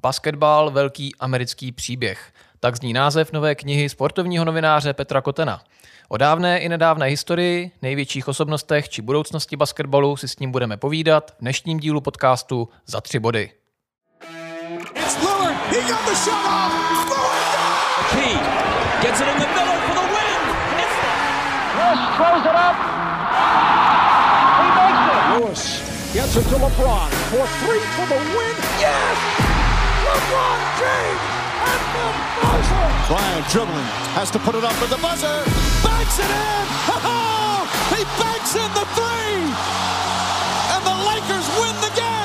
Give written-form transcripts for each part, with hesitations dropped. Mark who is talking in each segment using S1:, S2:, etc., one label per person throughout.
S1: Basketbal, velký americký příběh. Tak zní název nové knihy sportovního novináře Petra Kotena. O dávné i nedávné historii, největších osobnostech či budoucnosti basketbalu si s ním budeme povídat v dnešním dílu podcastu Za 3 body.
S2: It's Lillard. He got the shot off.
S3: Key gets it in the middle for the win.
S4: Rush throws it up. He makes it.
S2: Lewis gets it to LeBron for 3 for the win. Yes! LeBron James at the buzzer. Bryant dribbling, has to put it up at the buzzer. Banks it in. Oh! He banks in the 3. And the Lakers win the game.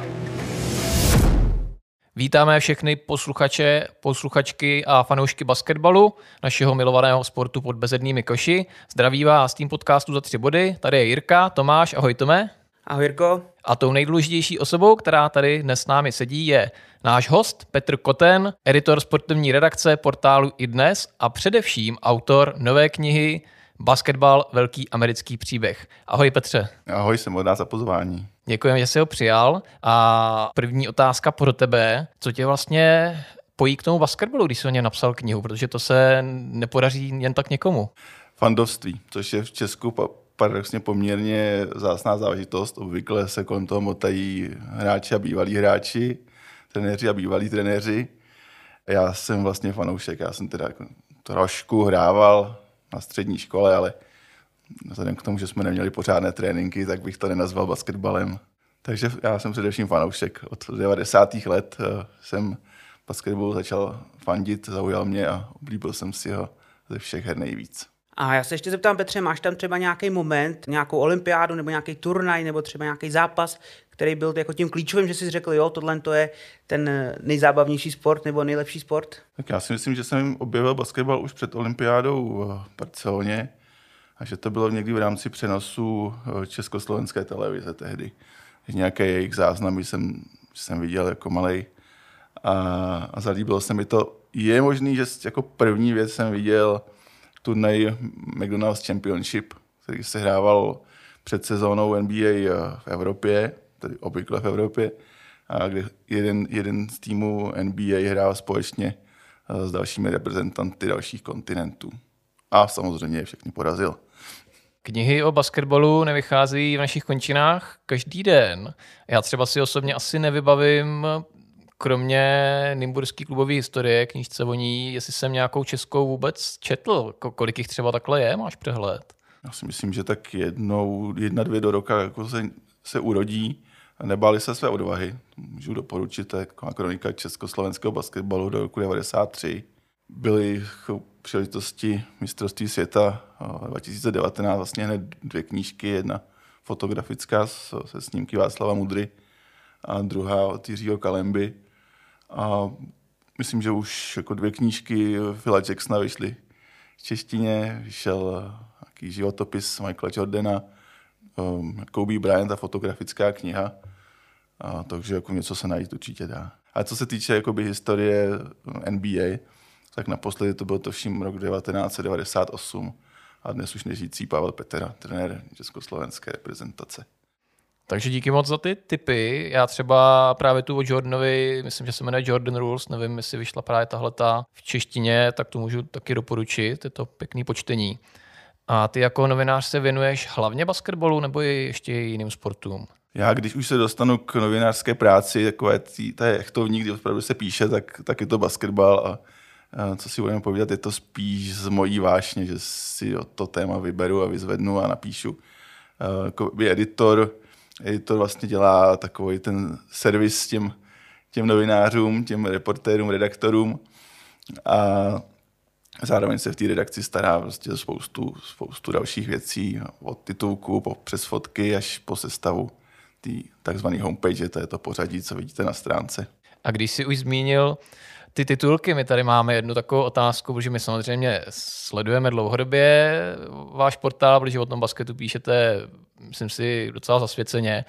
S1: Vítáme všechny posluchače, posluchačky a fanoušky basketbalu, našeho milovaného sportu pod bezednými koši. Zdraví vás z tým podcastu Za 3 body. Tady je Jirka, Tomáš, ahoj Tome.
S5: Ahoj Jirko.
S1: A tou nejdůležitější osobou, která tady dnes s námi sedí, je náš host Petr Koten, editor sportovní redakce portálu iDnes a především autor nové knihy Basketbal, velký americký příběh. Ahoj Petře.
S6: Ahoj, jsem moc rád za pozvání.
S1: Děkujeme, že jsi ho přijal. A první otázka pro tebe. Co tě vlastně pojí k tomu basketbalu, když jsi o něm napsal knihu? Protože to se nepodaří jen tak někomu.
S6: Fandovství, což je v Česku paradoxně poměrně vzácná záležitost. Obvykle se kolem toho motají hráči a bývalí hráči, trenéři a bývalí trenéři. Já jsem vlastně fanoušek. Já jsem teda trošku hrával na střední škole, ale vzhledem k tomu, že jsme neměli pořádné tréninky, tak bych to nenazval basketbalem. Takže já jsem především fanoušek. Od 90. let jsem basketbalu začal fandit, zaujal mě a oblíbil jsem si ho ze všech her nejvíc.
S5: A já se ještě zeptám, Petře, máš tam třeba nějaký moment, nějakou olympiádu nebo nějaký turnaj nebo třeba nějaký zápas, který byl jako tím klíčovým, že jsi řekl, jo, tohle to je ten nejzábavnější sport nebo nejlepší sport?
S6: Tak já si myslím, že jsem objevil basketbal už před olympiádou v Barceloně a že to bylo někdy v rámci přenosu československé televize tehdy. Nějaké jejich záznamy jsem viděl jako malej a zalíbilo se mi to. Je možný, že jako první věc jsem viděl turnaj McDonald's Championship, který se hrával před sezónou NBA v Evropě, tedy obvykle v Evropě, a kde jeden z týmů NBA hrál společně s dalšími reprezentanty dalších kontinentů. A samozřejmě je všechny porazil.
S1: Knihy o basketbalu nevychází v našich končinách každý den. Já třeba si osobně asi nevybavím, kromě nymburský klubové historie, knížce o ní, jestli jsem nějakou českou vůbec četl. Kolik jich třeba takhle je, máš přehled?
S6: Já si myslím, že tak 1-2 do roka jako se urodí a nebáli se své odvahy. Můžu doporučit, to je kronika československého basketbalu do roku 1993. Byly příležitosti mistrovství světa 2019, vlastně hned 2 knížky, jedna fotografická se snímky Václava Mudry a druhá od Jiřího Kalemby. A myslím, že už jako 2 knížky Phila Jacksona vyšly v češtině, vyšel nějaký životopis Michaela Jordana, Kobe Bryant a fotografická kniha, a takže jako něco se najít určitě dá. A co se týče jakoby historie NBA, tak naposledy to byl vším rok 1998 a dnes už nežijící Pavel Petera, trenér československé reprezentace.
S1: Takže díky moc za ty tipy. Já třeba právě tu o Jordanovi, myslím, že se jmenuje Jordan Rules, nevím, jestli vyšla právě tahleta v češtině, tak to můžu taky doporučit, je to pěkný počtení. A ty jako novinář se věnuješ hlavně basketbalu nebo i ještě jiným sportům?
S6: Já, když už se dostanu k novinářské práci, takové té echtovní, kdy opravdu se píše, tak je to basketbal a co si budeme povídat, je to spíš z mojí vášně, že si to téma vyberu a vyzvednu a napíšu. Jako editor vlastně dělá takový ten servis těm novinářům, těm reportérům, redaktorům a zároveň se v té redakci stará prostě spoustu dalších věcí, od titulku přes fotky až po sestavu té takzvané homepage, to je to pořadí, co vidíte na stránce.
S1: A když jsi už zmínil ty titulky, my tady máme jednu takovou otázku, protože my samozřejmě sledujeme dlouhodobě váš portál, protože o tom basketu píšete, myslím si, docela zasvěceně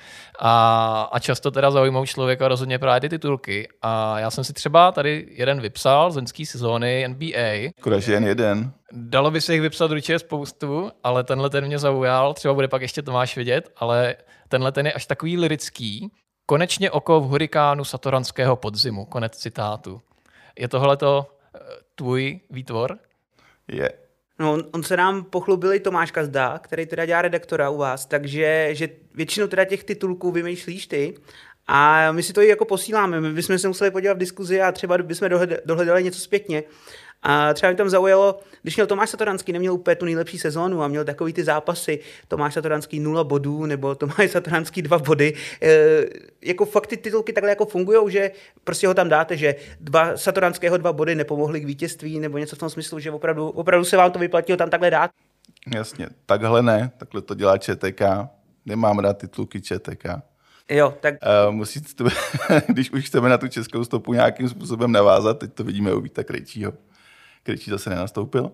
S1: a často teda zaujímavou člověka rozhodně právě ty titulky. A já jsem si třeba tady jeden vypsal z loňské sezóny NBA.
S6: Škoda, že jen jeden.
S1: Dalo by se jich vypsat určitě spoustu, ale tenhle ten mě zaujal, třeba bude pak ještě Tomáš vědět, ale tenhle ten je až takový lyrický. Konečně oko v hurikánu satoranského podzimu. Konec citátu. Je tohleto tvůj výtvor?
S6: Je.
S5: No, on se nám pochlubil i Tomáš Kazda, který teda dělá redaktora u vás, takže že většinu teda těch titulků vymýšlíš ty a my si to i jako posíláme. My bychom se museli podívat v diskuzi a třeba bychom dohledali něco zpětně. A třeba mi tam zaujalo, když měl Tomáš Satoranský, neměl úplně tu nejlepší sezónu a měl takový ty zápasy, Tomáš Satoranský 0 bodů nebo Tomáš Satoranský 2 body. Jako fakt ty titulky takhle jako fungujou, že prostě ho tam dáte, že Satoranského 2 body nepomohly k vítězství nebo něco v tom smyslu, že opravdu se vám to vyplatilo tam takhle dát.
S6: Jasně, takhle ne, takhle to dělá ČTK. Nemám rád titulky ČTK.
S5: Jo, tak...
S6: Když už chceme na tu českou stopu nějakým způsobem navázat, teď to vidíme u Víta Krejčího. Krejčí zase nenastoupil.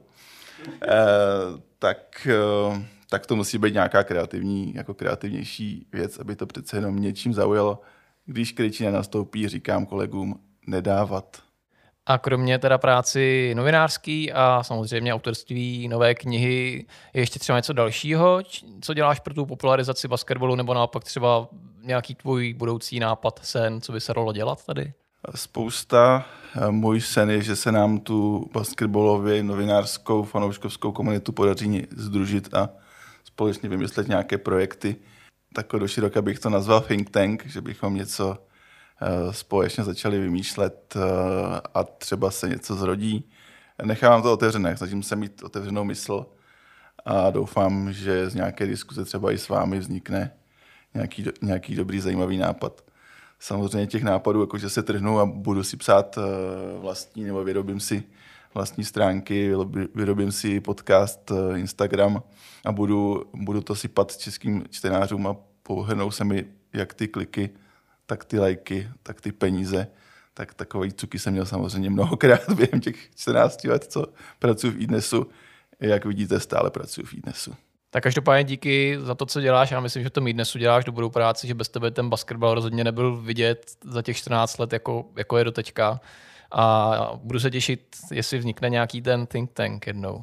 S6: Tak to musí být nějaká kreativnější věc, aby to přece jenom něčím zaujalo. Když Krejčí nenastoupí, říkám kolegům nedávat.
S1: A kromě teda práci novinářský a samozřejmě autorství nové knihy, je ještě třeba něco dalšího, co děláš pro tu popularizaci basketbalu, nebo naopak třeba nějaký tvůj budoucí nápad, sen, co by se dalo dělat tady?
S6: Spousta. Můj sen je, že se nám tu basketbalově novinářskou fanouškovskou komunitu podaří sdružit a společně vymyslet nějaké projekty. Takhle do široka bych to nazval think tank, že bychom něco společně začali vymýšlet a třeba se něco zrodí. Nechávám to otevřené, snažím se mít otevřenou mysl a doufám, že z nějaké diskuze třeba i s vámi vznikne nějaký dobrý, zajímavý nápad. Samozřejmě těch nápadů, jakože se trhnu a budu si psát vlastní, nebo vyrobím si vlastní stránky, vyrobím si podcast, Instagram a budu to sypat českým čtenářům a pohrnou se mi jak ty kliky, tak ty lajky, tak ty peníze. Tak takové cuky jsem měl samozřejmě mnohokrát během těch 14 let, co pracuji v iDnesu. Jak vidíte, stále pracuji v iDnesu.
S1: Tak každopádně díky za to, co děláš. Já myslím, že v tom iDnesu děláš dobrou práci, že bez tebe ten basketbal rozhodně nebyl vidět za těch 14 let, jako je do teďka. A budu se těšit, jestli vznikne nějaký ten think tank jednou.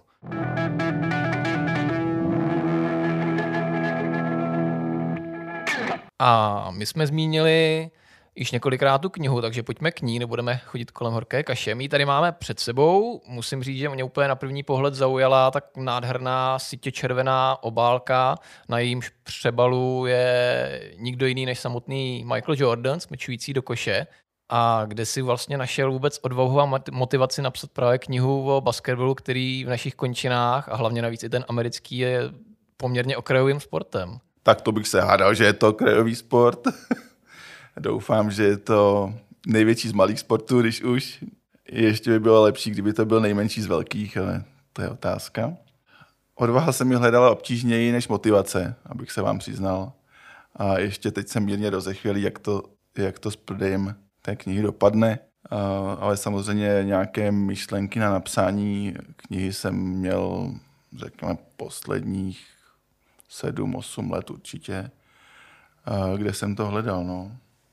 S1: A my jsme zmínili již několikrát tu knihu, takže pojďme k ní, nebudeme chodit kolem horké kaše. My ji tady máme před sebou, musím říct, že mě úplně na první pohled zaujala tak nádherná sitě červená obálka, na jejímž přebalu je nikdo jiný než samotný Michael Jordan, smečující do koše. A kde si vlastně našel vůbec odvahu a motivaci napsat právě knihu o basketbalu, který v našich končinách a hlavně navíc i ten americký je poměrně okrajovým sportem.
S6: Tak to bych se hádal, že je to okrajový sport. Doufám, že je to největší z malých sportů, když už. Ještě by bylo lepší, kdyby to byl nejmenší z velkých, ale to je otázka. Odvaha se mi hledala obtížněji než motivace, abych se vám přiznal. A ještě teď jsem mírně rozechvělý, jak to s prodejem té knihy dopadne. Ale samozřejmě nějaké myšlenky na napsání knihy jsem měl, řekněme, posledních 7-8 let určitě, kde jsem to hledal. No.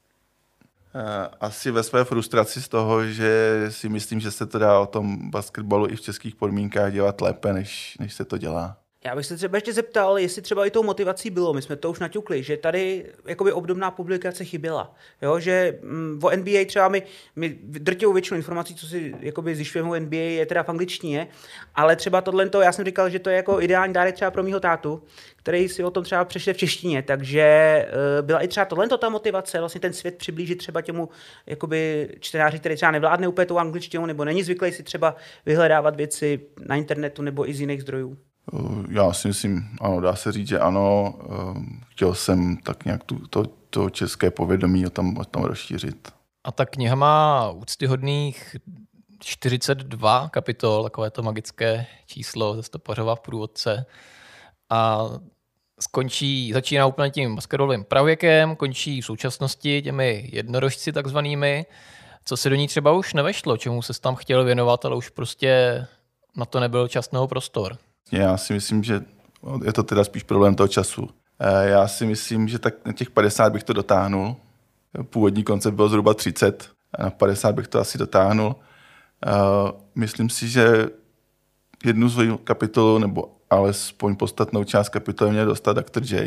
S6: Asi ve své frustraci z toho, že si myslím, že se to dá o tom basketbalu i v českých podmínkách dělat lépe, než se to dělá.
S5: Já bych se třeba ještě zeptal, jestli třeba i tou motivací bylo, my jsme to už naťukli, že tady jakoby obdobná publikace chyběla. Jo? Že o NBA třeba my drtivou většinu informací, co si jakoby zjišťujeme o NBA, je teda v angličtině, ale třeba tohle, já jsem říkal, že to je jako ideální dárek třeba pro mýho tátu, který si o tom třeba přečte v češtině, takže byla i třeba tohle ta motivace, vlastně ten svět přiblížit třeba těmu jakoby čtenáři, který třeba nevládne úplně tou angličtinou, nebo není zvyklý si třeba vyhledávat věci na internetu nebo i z jiných zdrojů.
S6: Já si myslím, ano, dá se říct, že ano. Chtěl jsem tak nějak to české povědomí o tom rozšířit.
S1: A ta kniha má úctyhodných 42 kapitol, takové to magické číslo ze Stopařova v průvodce. A začíná úplně tím basketbalovým pravěkem, končí v současnosti těmi jednorožci takzvanými, co se do ní třeba už nevešlo, čemu se tam chtěl věnovat, ale už prostě na to nebyl čas nebo prostor.
S6: Já si myslím, že je to teda spíš problém toho času. Já si myslím, že tak na těch 50 bych to dotáhnul. Původní koncept byl zhruba 30, a na 50 bych to asi dotáhnul. Myslím si, že jednu svou kapitolu, nebo alespoň podstatnou část kapitoly měl dostat Dr. J.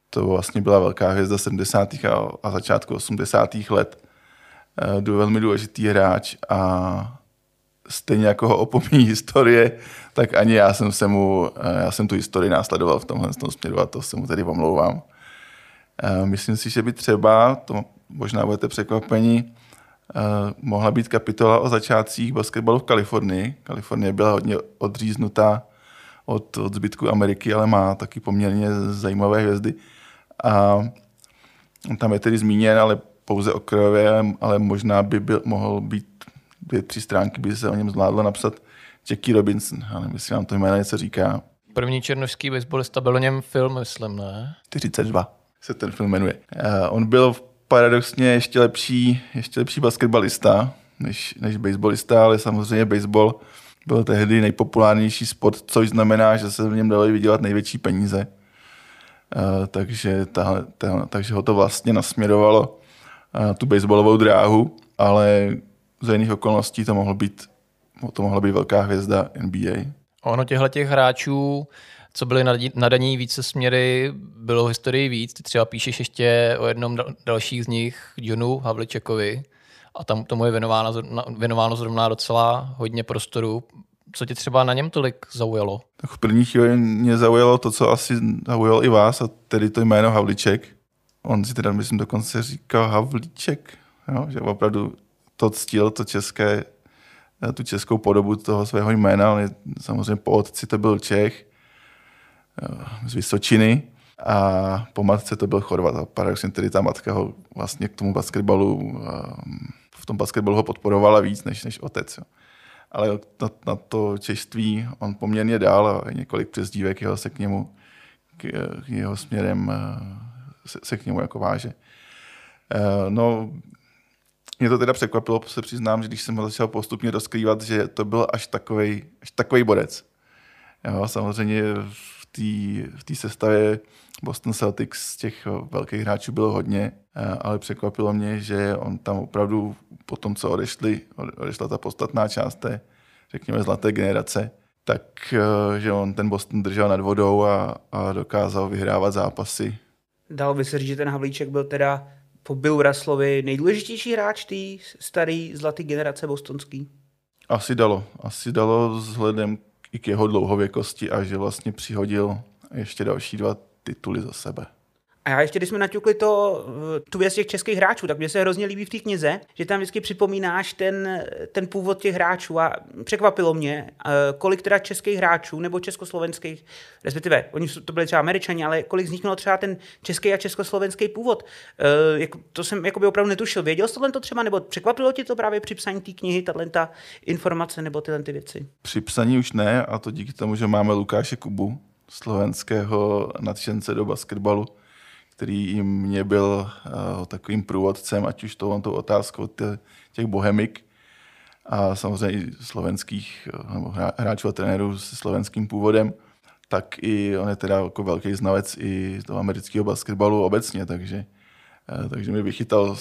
S6: to vlastně byla velká hvězda 70. a začátku 80. let. Velmi důležitý hráč a stejně jako ho opomíjí historie, tak ani já jsem tu historii následoval v tomhle směru a to se mu tedy omlouvám. Myslím si, že by třeba, to možná budete překvapeni, mohla být kapitola o začátcích basketbalu v Kalifornii. Kalifornie byla hodně odříznutá od zbytku Ameriky, ale má taky poměrně zajímavé hvězdy. A tam je tedy zmíněn, ale pouze okrajově, ale možná by mohl být 2-3 stránky, by se o něm zvládlo napsat Jackie Robinson. Já nevím, jestli vám to jméno něco říká.
S1: První černošský baseballista, byl o něm film, myslím, ne?
S6: 42 se ten film jmenuje. On byl paradoxně ještě lepší basketbalista než baseballista, ale samozřejmě baseball byl tehdy nejpopulárnější sport, což znamená, že se v něm dalo vydělat největší peníze. Takže ho to vlastně nasměrovalo tu baseballovou dráhu, ale za jiných okolností to mohla být velká hvězda NBA.
S1: Ono těch hráčů, co byli nadaní více směry, bylo v historii víc. Ty třeba píšeš ještě o jednom dalších z nich, Johnu Havličekovi, a tam tomu je věnováno zrovna docela hodně prostoru. Co tě třeba na něm tolik zaujalo?
S6: Tak v první chvíli mě zaujalo to, co asi zaujalo i vás, a tedy to jméno Havlíček. On si teda, myslím, dokonce říkal Havlíček, jo? Že opravdu to ctil tu českou podobu toho svého jména. On je, samozřejmě po otci to byl Čech z Vysočiny a po matce to byl Chorvat. A paradoxně tedy ta matka ho vlastně k tomu basketbalu, v tom basketbalu ho podporovala víc než otec. Jo. Ale na to češství on poměrně dál a několik přezdívek se k němu, k jeho směrem se k němu jako váže. No, mě to teda překvapilo, se přiznám, že když jsem ho začal postupně rozkrývat, že to byl až takový bodec. Jo, samozřejmě v té sestavě Boston Celtics z těch velkých hráčů bylo hodně, ale překvapilo mě, že on tam opravdu po tom, co odešla ta podstatná část té, řekněme, zlaté generace, tak že on ten Boston držel nad vodou a dokázal vyhrávat zápasy.
S5: Dalo by se říct, že ten Havlíček byl teda po Billu Russellovi nejdůležitější hráč té staré zlaté generace bostonský?
S6: Asi dalo vzhledem i k jeho dlouhověkosti a že vlastně přihodil ještě další 2 tituly za sebe.
S5: A já ještě, když jsme naťukli tu věc těch českých hráčů, tak mě se hrozně líbí v té knize, že tam vždycky připomínáš ten původ těch hráčů a překvapilo mě, kolik teda českých hráčů nebo československých, respektive, oni to byli třeba Američani, ale kolik z nich mělo třeba ten český a československý původ. To jsem jakoby opravdu netušil. Věděl jsi tohle třeba, nebo překvapilo ti to právě při psaní té knihy, tato informace nebo tyhle ty věci?
S6: Při psaní už ne, a to díky tomu, že máme Lukáše Kubu, slovenského nadšence do basketbalu, který jim mě byl takovým průvodcem, ať už tou otázkou těch bohemik a samozřejmě i slovenských nebo hráčů a trenérů se slovenským původem, tak i on je teda jako velký znalec i toho amerického basketbalu obecně, takže mi vychytal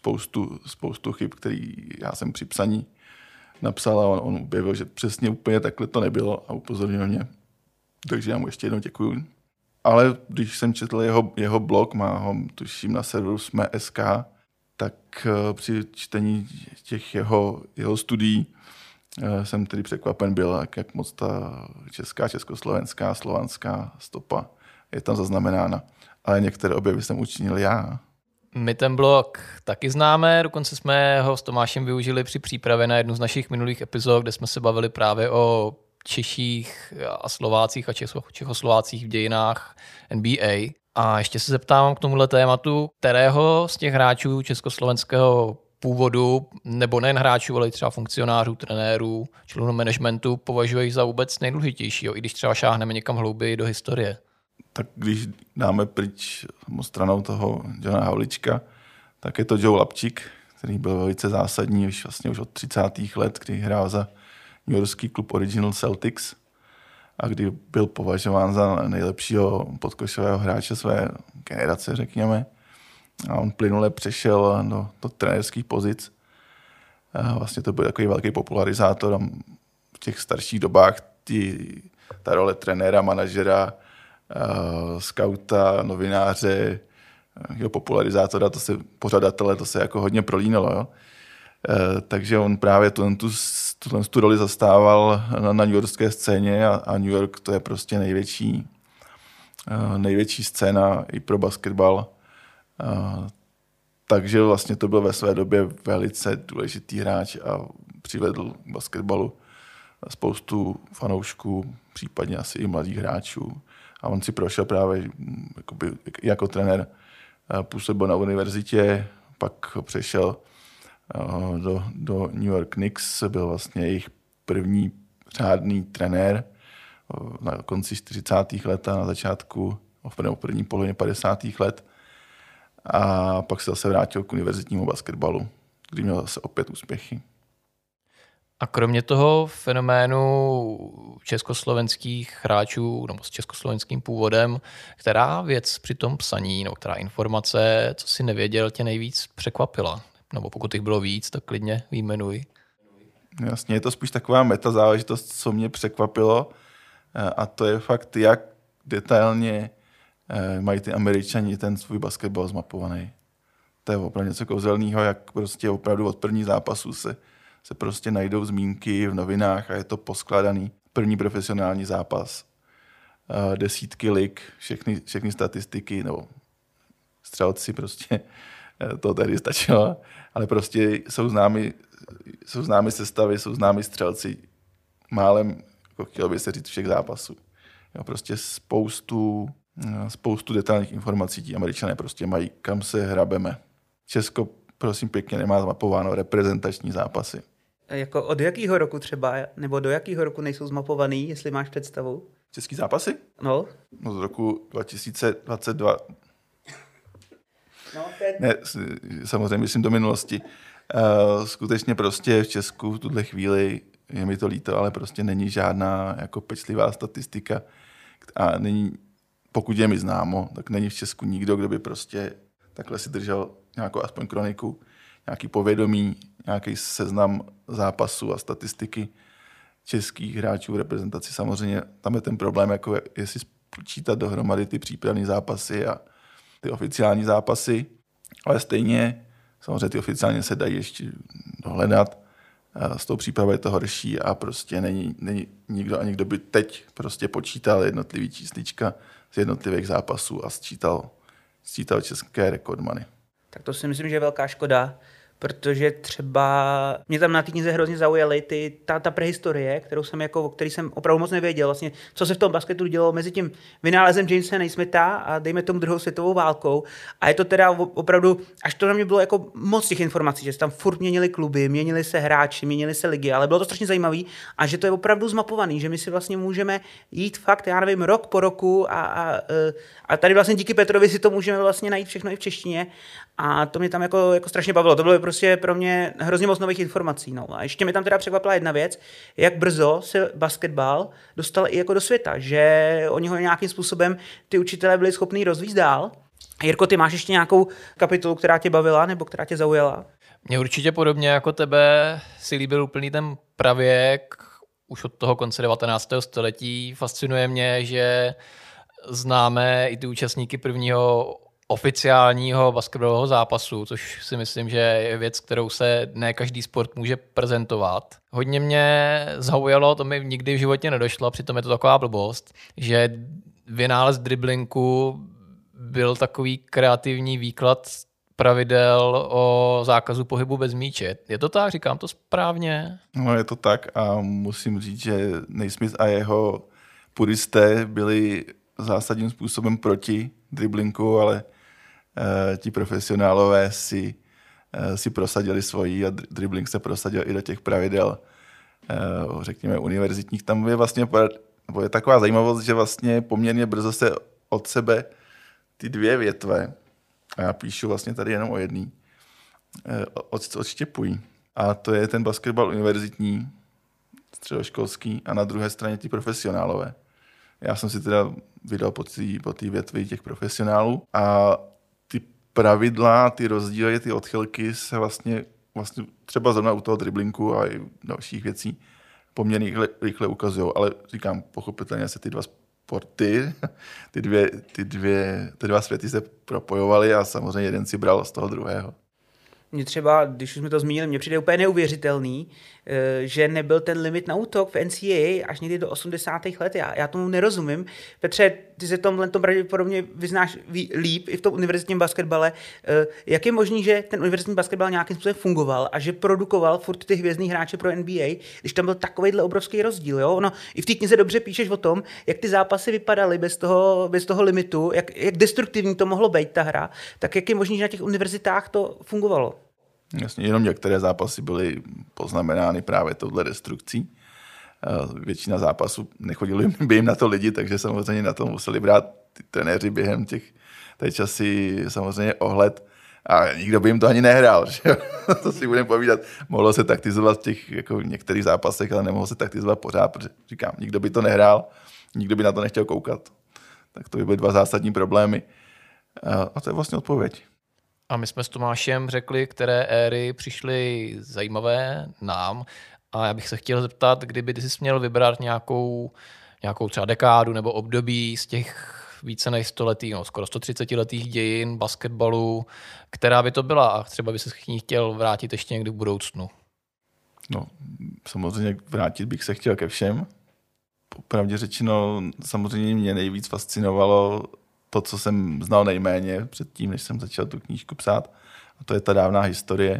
S6: spoustu chyb, který já jsem při psaní napsal a on objevil, že přesně úplně takhle to nebylo a upozornil mě. Takže já mu ještě jednou děkuju. Ale když jsem četl jeho blog, má ho tuším na serveru Jsme.sk, tak při čtení těch jeho studií jsem tedy překvapen byl, jak moc ta česká, československá, slovanská stopa je tam zaznamenána. Ale některé objevy jsem učinil já.
S1: My ten blog taky známe, dokonce jsme ho s Tomášem využili při přípravě na jednu z našich minulých epizod, kde jsme se bavili právě o Češích a Slovácích a Čechoslovácích v dějinách NBA. A ještě se zeptám k tomuhle tématu, kterého z těch hráčů československého původu, nebo nejen hráčů, ale i třeba funkcionářů, trenérů, členů managementu, považuješ za vůbec nejdůležitějšího, i když třeba šáhneme někam hlouběji do historie?
S6: Tak když dáme pryč stranou toho Johna Havlička, tak je to Joe Lapčík, který byl velice zásadní už od 30. let, kdy hrál za newyorský klub Original Celtics a kdy byl považován za nejlepšího podkošového hráče své generace, řekněme. A on plynule přešel do trenérských pozic. A vlastně to byl takový velký popularizátor v těch starších dobách. Ta role trenéra, manažera skauta, novináře, popularizátora, pořadatele, to se jako hodně prolínalo. Jo? Takže on právě tu roli zastával na newyorské scéně a New York to je prostě největší scéna i pro basketbal. Takže vlastně to byl ve své době velice důležitý hráč a přivedl k basketbalu spoustu fanoušků, případně asi i mladých hráčů. A on si prošel právě jako trenér, působil na univerzitě, pak přešel do New York Knicks, byl vlastně jejich první řádný trenér na konci 40. let a na začátku, v první polovině 50. let. A pak se zase vrátil k univerzitnímu basketbalu, kdy měl zase opět úspěchy.
S1: A kromě toho fenoménu československých hráčů nebo s československým původem, která věc při tom psaní nebo která informace, co si nevěděl, tě nejvíc překvapila? Nebo pokud jich bylo víc, tak klidně vyjmenuj.
S6: Jasně, je to spíš taková meta záležitost, co mě překvapilo, a to je fakt, jak detailně mají ty Američani ten svůj basketbal zmapovaný. To je opravdu něco kouzelného, jak prostě opravdu od prvních zápasů se prostě najdou zmínky v novinách a je to poskládaný. První profesionální zápas, desítky lig, všechny statistiky, nebo střelci prostě, to tehdy stačilo, ale prostě jsou známy sestavy, jsou známy střelci, málem, jako chtělo by se říct, všech zápasů. Jo, prostě spoustu detailních informací ti Američané prostě mají, kam se hrabeme. Česko, prosím pěkně, nemá zmapováno reprezentační zápasy.
S5: Jako od jakého roku třeba, nebo do jakého roku nejsou zmapovaný, jestli máš představu?
S6: Český zápasy?
S5: No
S6: z roku 2022.
S5: No,
S6: ne, samozřejmě myslím do minulosti. Skutečně prostě v Česku v tuhle chvíli, je mi to líto, ale prostě není žádná jako pečlivá statistika a není, pokud je mi známo, tak není v Česku nikdo, kdo by prostě takhle si držel nějakou aspoň kroniku, nějaký povědomí, nějaký seznam zápasů a statistiky českých hráčů v reprezentaci. Samozřejmě tam je ten problém, jako jestli počítat dohromady ty přípravné zápasy a ty oficiální zápasy, ale stejně samozřejmě ty oficiálně se dají ještě dohledat. S tou přípravou je to horší a prostě není nikdo ani kdo by teď prostě počítal jednotlivý číslička z jednotlivých zápasů a sčítal české rekordmany.
S5: Tak to si myslím, že je velká škoda, protože třeba mě tam na té knize hrozně zaujaly ta prehistorie, který jsem opravdu moc nevěděl, vlastně, co se v tom basketu dělo mezi tím vynálezem Jamesa Naismitha a dejme tomu druhou světovou válkou. A je to teda opravdu, až to na mě bylo jako moc těch informací, že se tam furt měnili kluby, měnili se hráči, měnili se ligy, ale bylo to strašně zajímavý a že to je opravdu zmapovaný, že my si vlastně můžeme jít fakt, já nevím, rok po roku a tady vlastně díky Petrovi si to můžeme vlastně najít všechno i v češtině. A to mě tam jako strašně bavilo. To bylo prostě pro mě hrozně moc nových informací. No. A ještě mi tam teda překvapila jedna věc, jak brzo se basketbal dostal i jako do světa, že oni ho nějakým způsobem ty učitelé byli schopní rozvíjet dál. Jirko, ty máš ještě nějakou kapitolu, která tě bavila nebo která tě zaujala?
S1: Mě určitě podobně jako tebe si líbil úplný ten pravěk už od toho konce 19. století. Fascinuje mě, že známe i ty účastníky prvního oficiálního basketbalového zápasu, což si myslím, že je věc, kterou se ne každý sport může prezentovat. Hodně mě zaujalo, to mi nikdy v životě nedošlo, přitom je to taková blbost, že vynález driblinku byl takový kreativní výklad pravidel o zákazu pohybu bez míče. Je to tak? Říkám to správně?
S6: No, je to tak a musím říct, že Naismith a jeho puristé byli zásadním způsobem proti driblinku, ale ti profesionálové si prosadili svoji a dribbling se prosadil i do těch pravidel, řekněme, univerzitních. Tam je vlastně je taková zajímavost, že vlastně poměrně brzo se od sebe ty dvě větve, a já píšu vlastně tady jenom o jedný, odštěpují. A to je ten basketbal univerzitní, středoškolský a na druhé straně ti profesionálové. Já jsem si teda vydal po té větvi těch profesionálů a ty pravidla, ty rozdíly, ty odchylky se vlastně třeba zrovna u toho driblinku a i dalších věcí poměrně rychle ukazují, ale říkám, pochopitelně se ty dva sporty. Ty dva světy se propojovaly a samozřejmě jeden si bral z toho druhého.
S5: Mně třeba, když už jsme to zmínili, mně přijde úplně neuvěřitelný, že nebyl ten limit na útok v NCAA až někdy do 80. let. Já tomu nerozumím. Petře, ty se tomhle pravděpodobně vyznáš líp i v tom univerzitním basketbale. Jak je možný, že ten univerzitní basketbal nějakým způsobem fungoval a že produkoval furt ty hvězdný hráče pro NBA, když tam byl takovejhle obrovský rozdíl? Jo? No, i v té knize dobře píšeš o tom, jak ty zápasy vypadaly bez toho limitu, jak destruktivní to mohlo být ta hra, tak jak je možný, že na těch univerzitách to fungovalo?
S6: Jasně, jenom některé zápasy byly poznamenány právě touhle destrukcí. Většina zápasů nechodili by jim na to lidi, takže samozřejmě na to museli brát ty trenéři během té časy samozřejmě ohled a nikdo by jim to ani nehrál. Že? To si budeme povídat. Mohlo se taktizovat v těch jako některých zápasech, ale nemohlo se taktizovat pořád, protože říkám, nikdo by to nehrál, nikdo by na to nechtěl koukat. Tak to by byly dva zásadní problémy. A to je vlastně odpověď.
S1: A my jsme s Tomášem řekli, které éry přišly zajímavé nám. A já bych se chtěl zeptat, kdyby ty jsi měl vybrat nějakou třeba dekádu nebo období z těch více než 100letých, skoro 130letých dějin basketbalu, která by to byla a třeba by se k ní chtěl vrátit ještě někdy v budoucnu.
S6: No, samozřejmě vrátit bych se chtěl ke všem. Popravdě řečeno, samozřejmě mě nejvíc fascinovalo to, co jsem znal nejméně předtím, než jsem začal tu knížku psát. A to je ta dávná historie.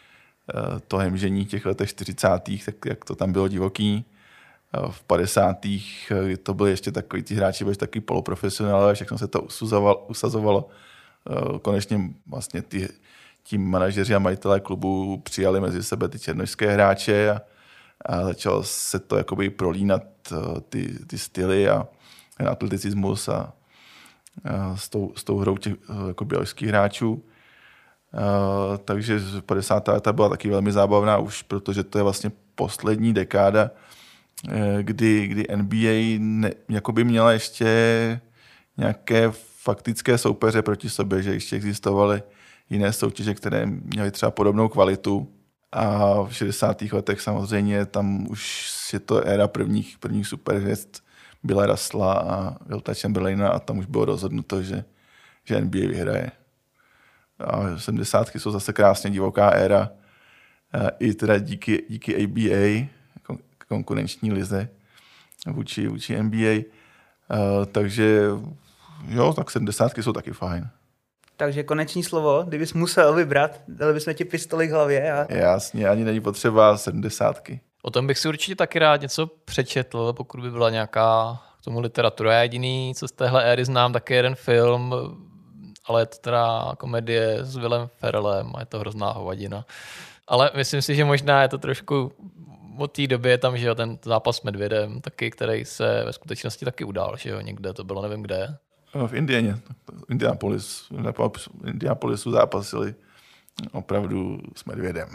S6: To hemžení těch letech 40. tak jak to tam bylo divoký. V 50. to byly ještě takový, ty hráči byli takový poloprofesionálové, všechno se to usazovalo. Konečně vlastně ti manažeři a majitelé klubu přijali mezi sebe ty černošské hráče a začalo se to jakoby prolínat ty styly a ten atleticismus a s tou hrou těch jako běložských hráčů. Takže 50. leta byla taky velmi zábavná už, protože to je vlastně poslední dekáda, kdy NBA jakoby měla ještě nějaké faktické soupeře proti sobě, že ještě existovaly jiné soutěže, které měly třeba podobnou kvalitu. A v 60. letech samozřejmě tam už je to éra prvních superhvězd Billa Russella a Wilta Chamberlaina a tam už bylo rozhodnuto, že NBA vyhraje. A 70. jsou zase krásně divoká éra. I teda díky ABA, konkurenční lize vůči NBA. Takže jo, tak 70. jsou taky fajn.
S5: Takže koneční slovo, kdybys musel vybrat, dali bychom ti pistoli k hlavě.
S6: Jasně, ani není potřeba 70.
S1: O tom bych si určitě taky rád něco přečetl, pokud by byla nějaká k tomu literatura. Já jediný, co z téhle éry znám, tak je jeden film, ale je to teda komedie s Willem Ferrellem a je to hrozná hovadina. Ale myslím si, že možná je to trošku od té doby je tam, že jo, ten zápas s medvědem taky, který se ve skutečnosti taky udál, že jo, někde to bylo, nevím kde.
S6: V Indianě, Indianapolisu zápasili opravdu s medvědem.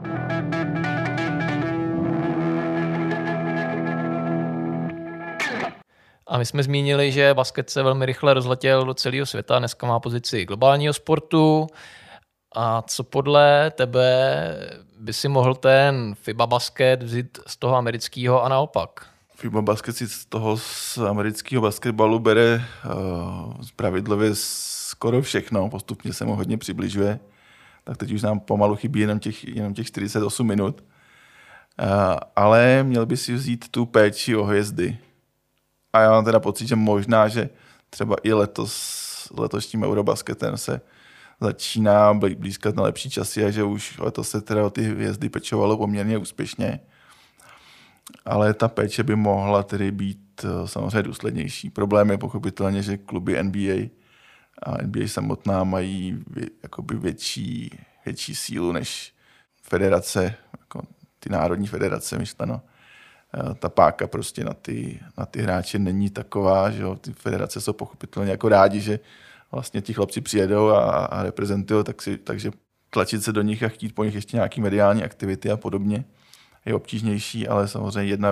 S1: A my jsme zmínili, že basket se velmi rychle rozletěl do celého světa, dneska má pozici globálního sportu. A co podle tebe by si mohl ten FIBA basket vzít z toho amerického a naopak?
S6: FIBA basket si z amerického basketbalu bere pravidlově skoro všechno, postupně se mu hodně přibližuje. Tak teď už nám pomalu chybí jenom těch 48 minut. Ale měl by si vzít tu péči o hvězdy. A já mám teda pocit, že možná, že třeba i letošním Eurobasketem se začíná blízkat na lepší časy a že už letos se teda o ty hvězdy pečovalo poměrně úspěšně. Ale ta péče by mohla tedy být samozřejmě důslednější. Problém je pochopitelně, že kluby NBA a NBA samotná mají jakoby větší sílu než federace, jako ty národní federace myšleno. Ta páka prostě na ty hráče není taková, že jo, ty federace jsou pochopitelně jako rádi, že vlastně ti chlapci přijedou a reprezentují, takže tlačit se do nich a chtít po nich ještě nějaký mediální aktivity a podobně je obtížnější, ale samozřejmě jedna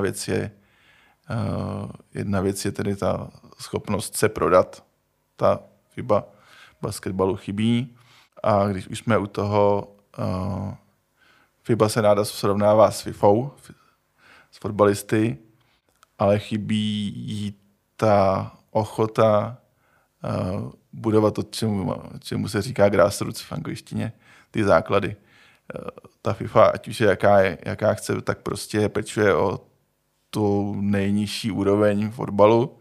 S6: věc je tedy ta schopnost se prodat. Ta FIBA basketbalu chybí a když už jsme u toho, FIBA se ráda srovnává s FIFou, s fotbalisty, ale chybí jí ta ochota budovat to, čemu se říká grassroots v angličtině, ty základy. Ta FIFA, ať už je jaká chce, tak prostě pečuje o tu nejnižší úroveň fotbalu.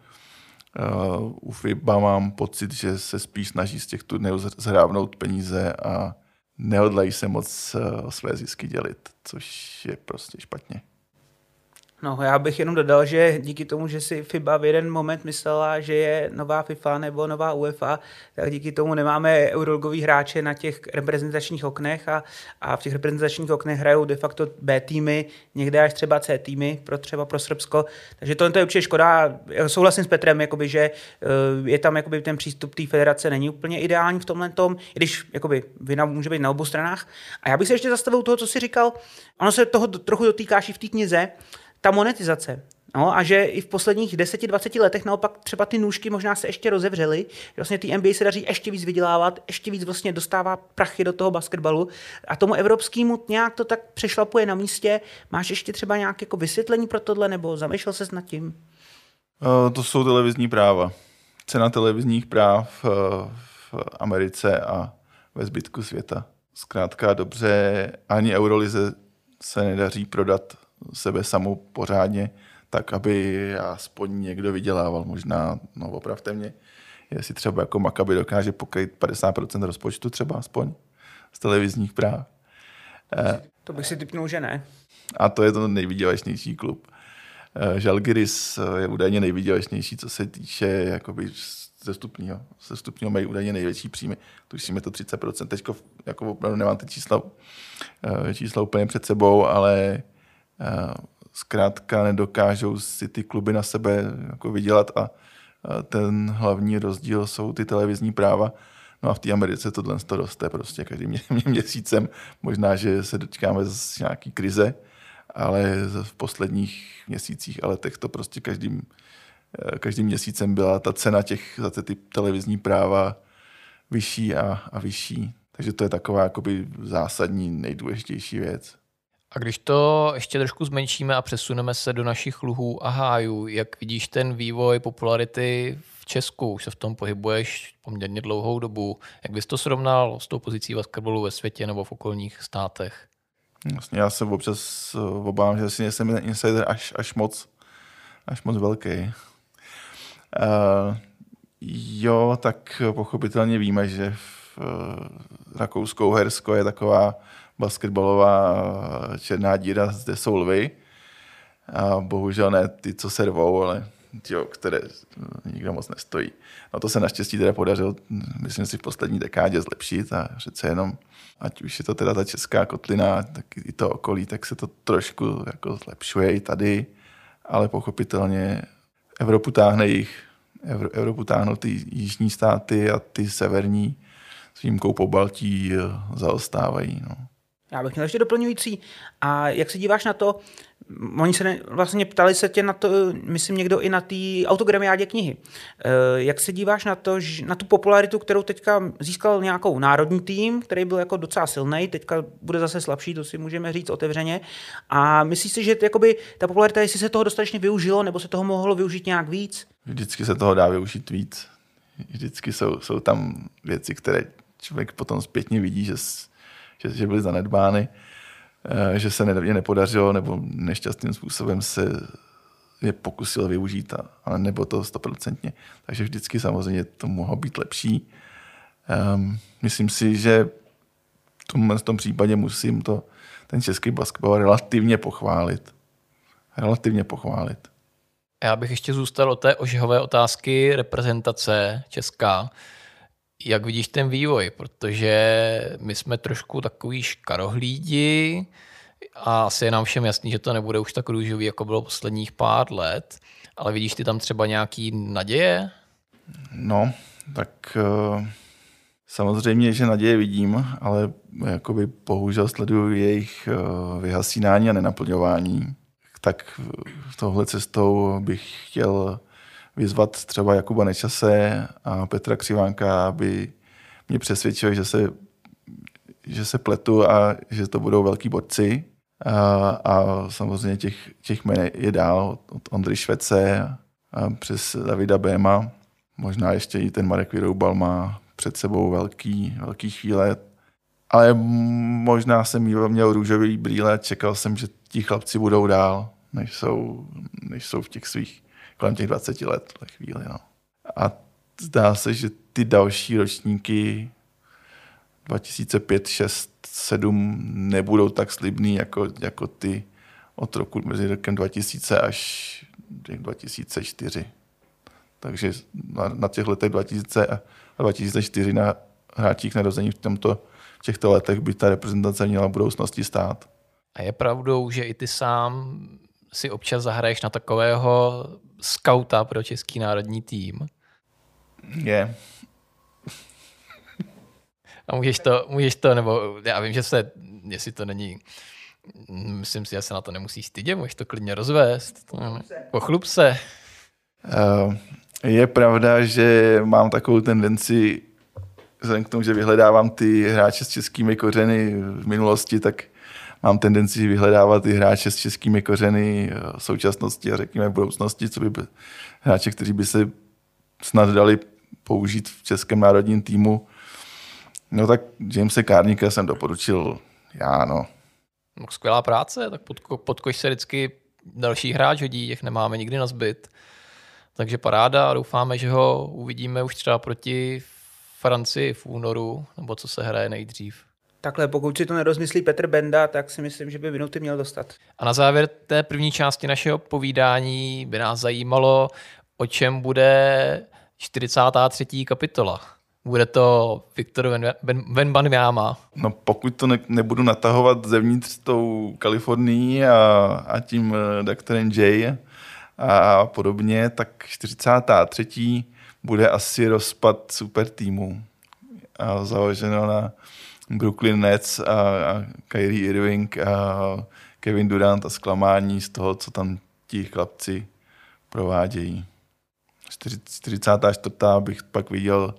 S6: U FIBA mám pocit, že se spíš snaží z těch turnajů zhrábnout peníze a nehodlají se moc své zisky dělit, což je prostě špatně.
S5: No, já bych jenom dodal, že díky tomu, že si FIBA v jeden moment myslela, že je nová FIFA nebo nová UEFA, tak díky tomu nemáme euroligový hráče na těch reprezentačních oknech a v těch reprezentačních oknech hrajou de facto B týmy, někde až třeba C týmy, třeba pro Srbsko. Takže to je určitě škoda. Já souhlasím s Petrem, jakoby, že je tam jakoby, ten přístup té federace není úplně ideální v tomhle tom, i když jakoby, vina může být na obou stranách. A já bych se ještě zastavil u toho, co jsi říkal. Ono se toho trochu dotýkáš i v té knize, ta monetizace. No, a že i v posledních 10-20 letech naopak třeba ty nůžky možná se ještě rozevřely, že vlastně ty NBA se daří ještě víc vydělávat, ještě víc vlastně dostává prachy do toho basketbalu a tomu evropskému nějak to tak přešlapuje na místě. Máš ještě třeba nějaké jako vysvětlení pro tohle, nebo zamýšlel ses nad tím?
S6: To jsou televizní práva. Cena televizních práv v Americe a ve zbytku světa. Zkrátka dobře, ani Eurolize se nedaří prodat sebe samou pořádně, tak aby aspoň někdo vydělával. Možná, no opravte mě, jestli třeba jako Maccabi dokáže pokryt 50% rozpočtu třeba aspoň z televizních práv.
S5: To bych si tipnul, že ne.
S6: A to je to nejvydělečnější klub. Žalgiris je údajně nejvydělečnější, co se týče jakoby ze stupního mají údajně největší příjmy. Tušíme to 30%. Teďko jako opravdu nemám ty čísla úplně před sebou, ale zkrátka nedokážou si ty kluby na sebe jako vydělat a ten hlavní rozdíl jsou ty televizní práva. No a v té Americe tohle to roste prostě každým měsícem. Možná, že se dočkáme z nějaký krize, ale v posledních měsících a letech to prostě každým měsícem byla ta cena za ty televizní práva vyšší a vyšší. Takže to je taková jakoby zásadní, nejdůležitější věc.
S1: A když to ještě trošku zmenšíme a přesuneme se do našich luhů a hájů, jak vidíš ten vývoj popularity v Česku? Už se v tom pohybuješ poměrně dlouhou dobu. Jak bys to srovnal s tou pozicí basketbalu ve světě nebo v okolních státech?
S6: Vlastně já se občas obávám, že si nejsem insider až moc velký. Jo, tak pochopitelně víme, že v Rakousko-Uhersko je taková basketbalová černá díra, zde jsou lvy. A bohužel ne ty, co se rvou, ale ty, které nikdo moc nestojí. No to se naštěstí teda podařilo, myslím si, v poslední dekádě zlepšit a přece jenom, ať už je to teda ta česká kotlina, tak i to okolí, tak se to trošku jako zlepšuje i tady, ale pochopitelně Evropu táhnou ty jižní státy a ty severní s výjimkou Pobaltí zaostávají. No.
S5: Já bych měl ještě doplňující. A jak se díváš na to, oni se vlastně ptali se tě na to, myslím někdo i na té autogramiádě knihy. Jak se díváš na to, na tu popularitu, kterou teďka získal nějakou národní tým, který byl jako docela silný, teďka bude zase slabší, to si můžeme říct otevřeně. A myslíš si, že jakoby ta popularita, jestli se toho dostatečně využilo, nebo se toho mohlo využít nějak víc?
S6: Vždycky se toho dá využít víc. Vždycky jsou tam věci, které člověk potom zpětně vidí, že byly zanedbány, že se je nepodařilo nebo nešťastným způsobem se je pokusil využít, ale nebo to 100%. Takže vždycky samozřejmě to mohlo být lepší. Myslím si, že v tom případě musím ten český basketbal relativně pochválit.
S1: Já bych ještě zůstal o té ožihové otázky reprezentace česká. Jak vidíš ten vývoj? Protože my jsme trošku takový škarohlídi a asi je nám všem jasný, že to nebude už tak růžový, jako bylo posledních pár let. Ale vidíš ty tam třeba nějaký naděje?
S6: No, tak samozřejmě, že naděje vidím, ale jakoby bohužel sleduju jejich vyhasínání a nenaplňování. Tak tohle cestou bych chtěl vyzvat třeba Jakuba Nečase a Petra Křivánka, aby mě přesvědčili, že se pletu a že to budou velký borci. A samozřejmě těch jmen je dál od Ondry Švece přes Davida Béma. Možná ještě i ten Marek Vyroubal má před sebou velký chvíle. Ale možná jsem měl růžový brýle, čekal jsem, že ti chlapci budou dál, než jsou v těch svých kolem těch 20 let v chvíli. No. A zdá se, že ty další ročníky 2005, 6, 7 nebudou tak slibný jako ty od roku mezi rokem 2000 až 2004. Takže na těch letech 2000 a 2004 na hráčích narození v těchto letech by ta reprezentace měla v budoucnosti stát.
S1: A je pravdou, že i ty sám si občas zahraješ na takového skauta pro český národní tým?
S6: Je.
S1: A můžeš to, nebo já vím, že jestli to není, myslím si, že se na to nemusíš stydět, můžeš to klidně rozvést. Pochlup se.
S6: Je pravda, že mám takovou tendenci, vzhledem k tomu, že vyhledávám ty hráče s českými kořeny v minulosti, tak mám tendenci vyhledávat ty hráče s českými kořeny v současnosti a řekněme v budoucnosti, co by hráče, kteří by se snad dali použít v českém národním týmu. No tak Jamese Kárníka jsem doporučil já, no.
S1: No, skvělá práce, tak pod koš se vždycky další hráč hodí, těch nemáme nikdy na zbyt. Takže paráda a doufáme, že ho uvidíme už třeba proti Francii v únoru, nebo co se hraje nejdřív.
S5: Takhle, pokud si to nerozmyslí Petr Benda, tak si myslím, že by minuty měl dostat.
S1: A na závěr té první části našeho povídání by nás zajímalo, o čem bude 43. kapitola. Bude to Viktor Wembanyama.
S6: No pokud to nebudu natahovat zevnitř s tou Kalifornií a tím doktorem J a podobně, tak 43. bude asi rozpad super týmu. A založeno na Brooklyn Nets a Kyrie Irving a Kevin Durant a zklamání z toho, co tam ti chlapci provádějí. 44. bych pak viděl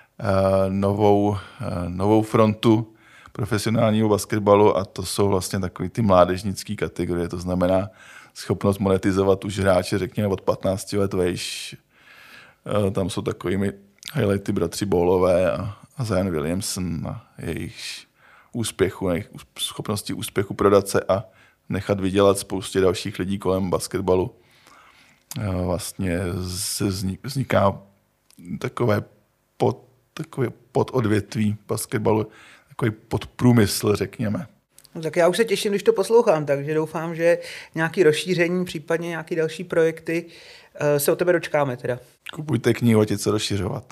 S6: novou frontu profesionálního basketbalu a to jsou vlastně takový ty mládežnické kategorie, to znamená schopnost monetizovat už hráče, řekněme od 15 let vejš. Tam jsou takovými highlighty bratři Ballové a Zion Williamson a jejich úspěchu, jejich schopnosti úspěchu prodat se a nechat vydělat spoustě dalších lidí kolem basketbalu. Vlastně vzniká takové pododvětví basketbalu, takový podprůmysl, řekněme.
S5: No, tak já už se těším, když to poslouchám, takže doufám, že nějaké rozšíření, případně nějaké další projekty se od tebe dočkáme teda.
S6: Kupujte knihu, ať je co rozšiřovat.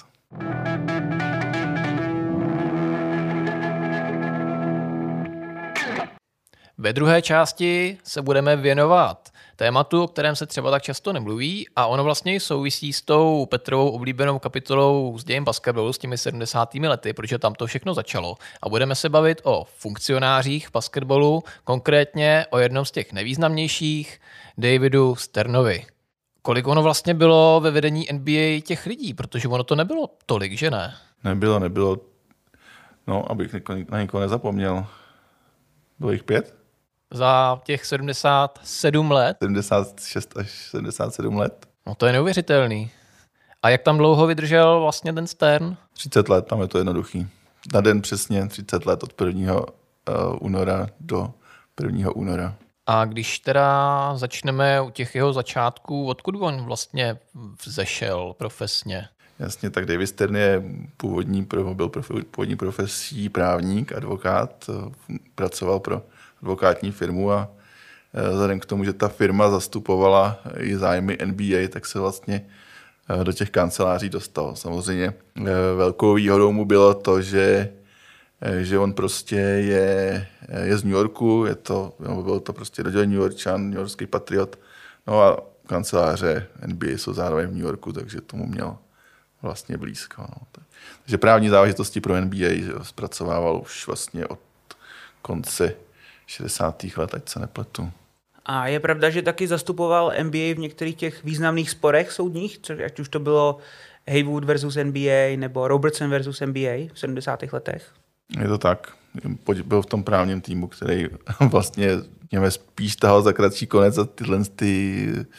S1: Ve druhé části se budeme věnovat tématu, o kterém se třeba tak často nemluví a ono vlastně souvisí s tou Petrovou oblíbenou kapitolou z dějin basketbalu s těmi 70. lety, protože tam to všechno začalo. A budeme se bavit o funkcionářích basketbalu, konkrétně o jednom z těch nejvýznamnějších, Davidu Sternovi. Kolik ono vlastně bylo ve vedení NBA těch lidí, protože ono to nebylo tolik, že ne?
S6: Nebylo. No, abych na někoho nezapomněl. Bylo jich 5?
S1: Za těch 77 let?
S6: 76 až 77 let.
S1: No to je neuvěřitelný. A jak tam dlouho vydržel vlastně ten Stern?
S6: 30 let, tam je to jednoduchý. Na den přesně 30 let od 1. února do 1. února.
S1: A když teda začneme u těch jeho začátků, odkud on vlastně vzešel profesně?
S6: Jasně, tak David Stern byl původní profesí právník, advokát, pracoval pro advokátní firmu a vzhledem k tomu, že ta firma zastupovala i zájmy NBA, tak se vlastně do těch kanceláří dostal. Samozřejmě velkou výhodou mu bylo to, že on prostě je z New Yorku, byl to prostě rodilý New Yorkčan, New Yorkský patriot, no a kanceláře NBA jsou zároveň v New Yorku, takže tomu měl vlastně blízko. No. Takže právní záležitosti pro NBA zpracovával už vlastně od konce 60. let, ať se nepletu.
S5: A je pravda, že taky zastupoval NBA v některých těch významných sporech soudních, ať už to bylo Haywood versus NBA nebo Robertson versus NBA v 70. letech?
S6: Je to tak. Byl v tom právním týmu, který vlastně spíš tahal za kratší konec a tyhle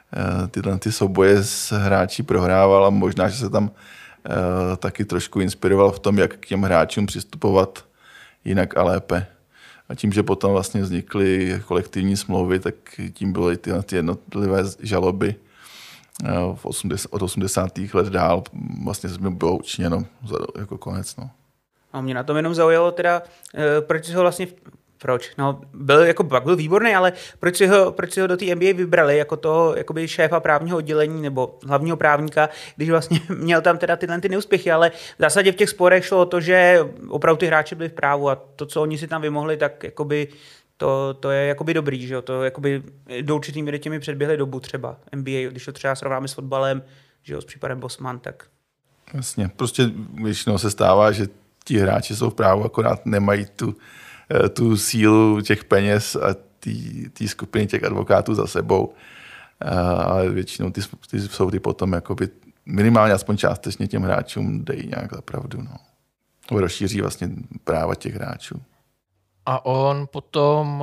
S6: tyhle ty souboje s hráči prohrával a možná, že se tam taky trošku inspiroval v tom, jak k těm hráčům přistupovat jinak a lépe. A tím, že potom vlastně vznikly kolektivní smlouvy, tak tím byly ty jednotlivé žaloby od 80. let dál vlastně bylo učiněno jako konec. No.
S5: A mě na tom jenom zaujalo teda, proč? No, byl výborný, ale proč si ho do té NBA vybrali jako toho jakoby šéfa právního oddělení nebo hlavního právníka, když vlastně měl tam teda tyhle ty neúspěchy, ale v zásadě v těch sporech šlo o to, že opravdu ty hráči byli v právu a to, co oni si tam vymohli, tak jakoby to je jakoby dobrý, že jo? To jakoby do určitý míry těmi předběhli dobu třeba NBA, když to třeba srovnáme s fotbalem, že jo, s případem Bosman, tak.
S6: Jasně, prostě většinou se stává, že ti hráči jsou v právu, akorát nemají tu sílu těch peněz a ty skupiny těch advokátů za sebou. Ale většinou ty soudy potom jakoby minimálně aspoň částečně těm hráčům dají nějak za pravdu. No. Rozšíří vlastně práva těch hráčů.
S1: A on potom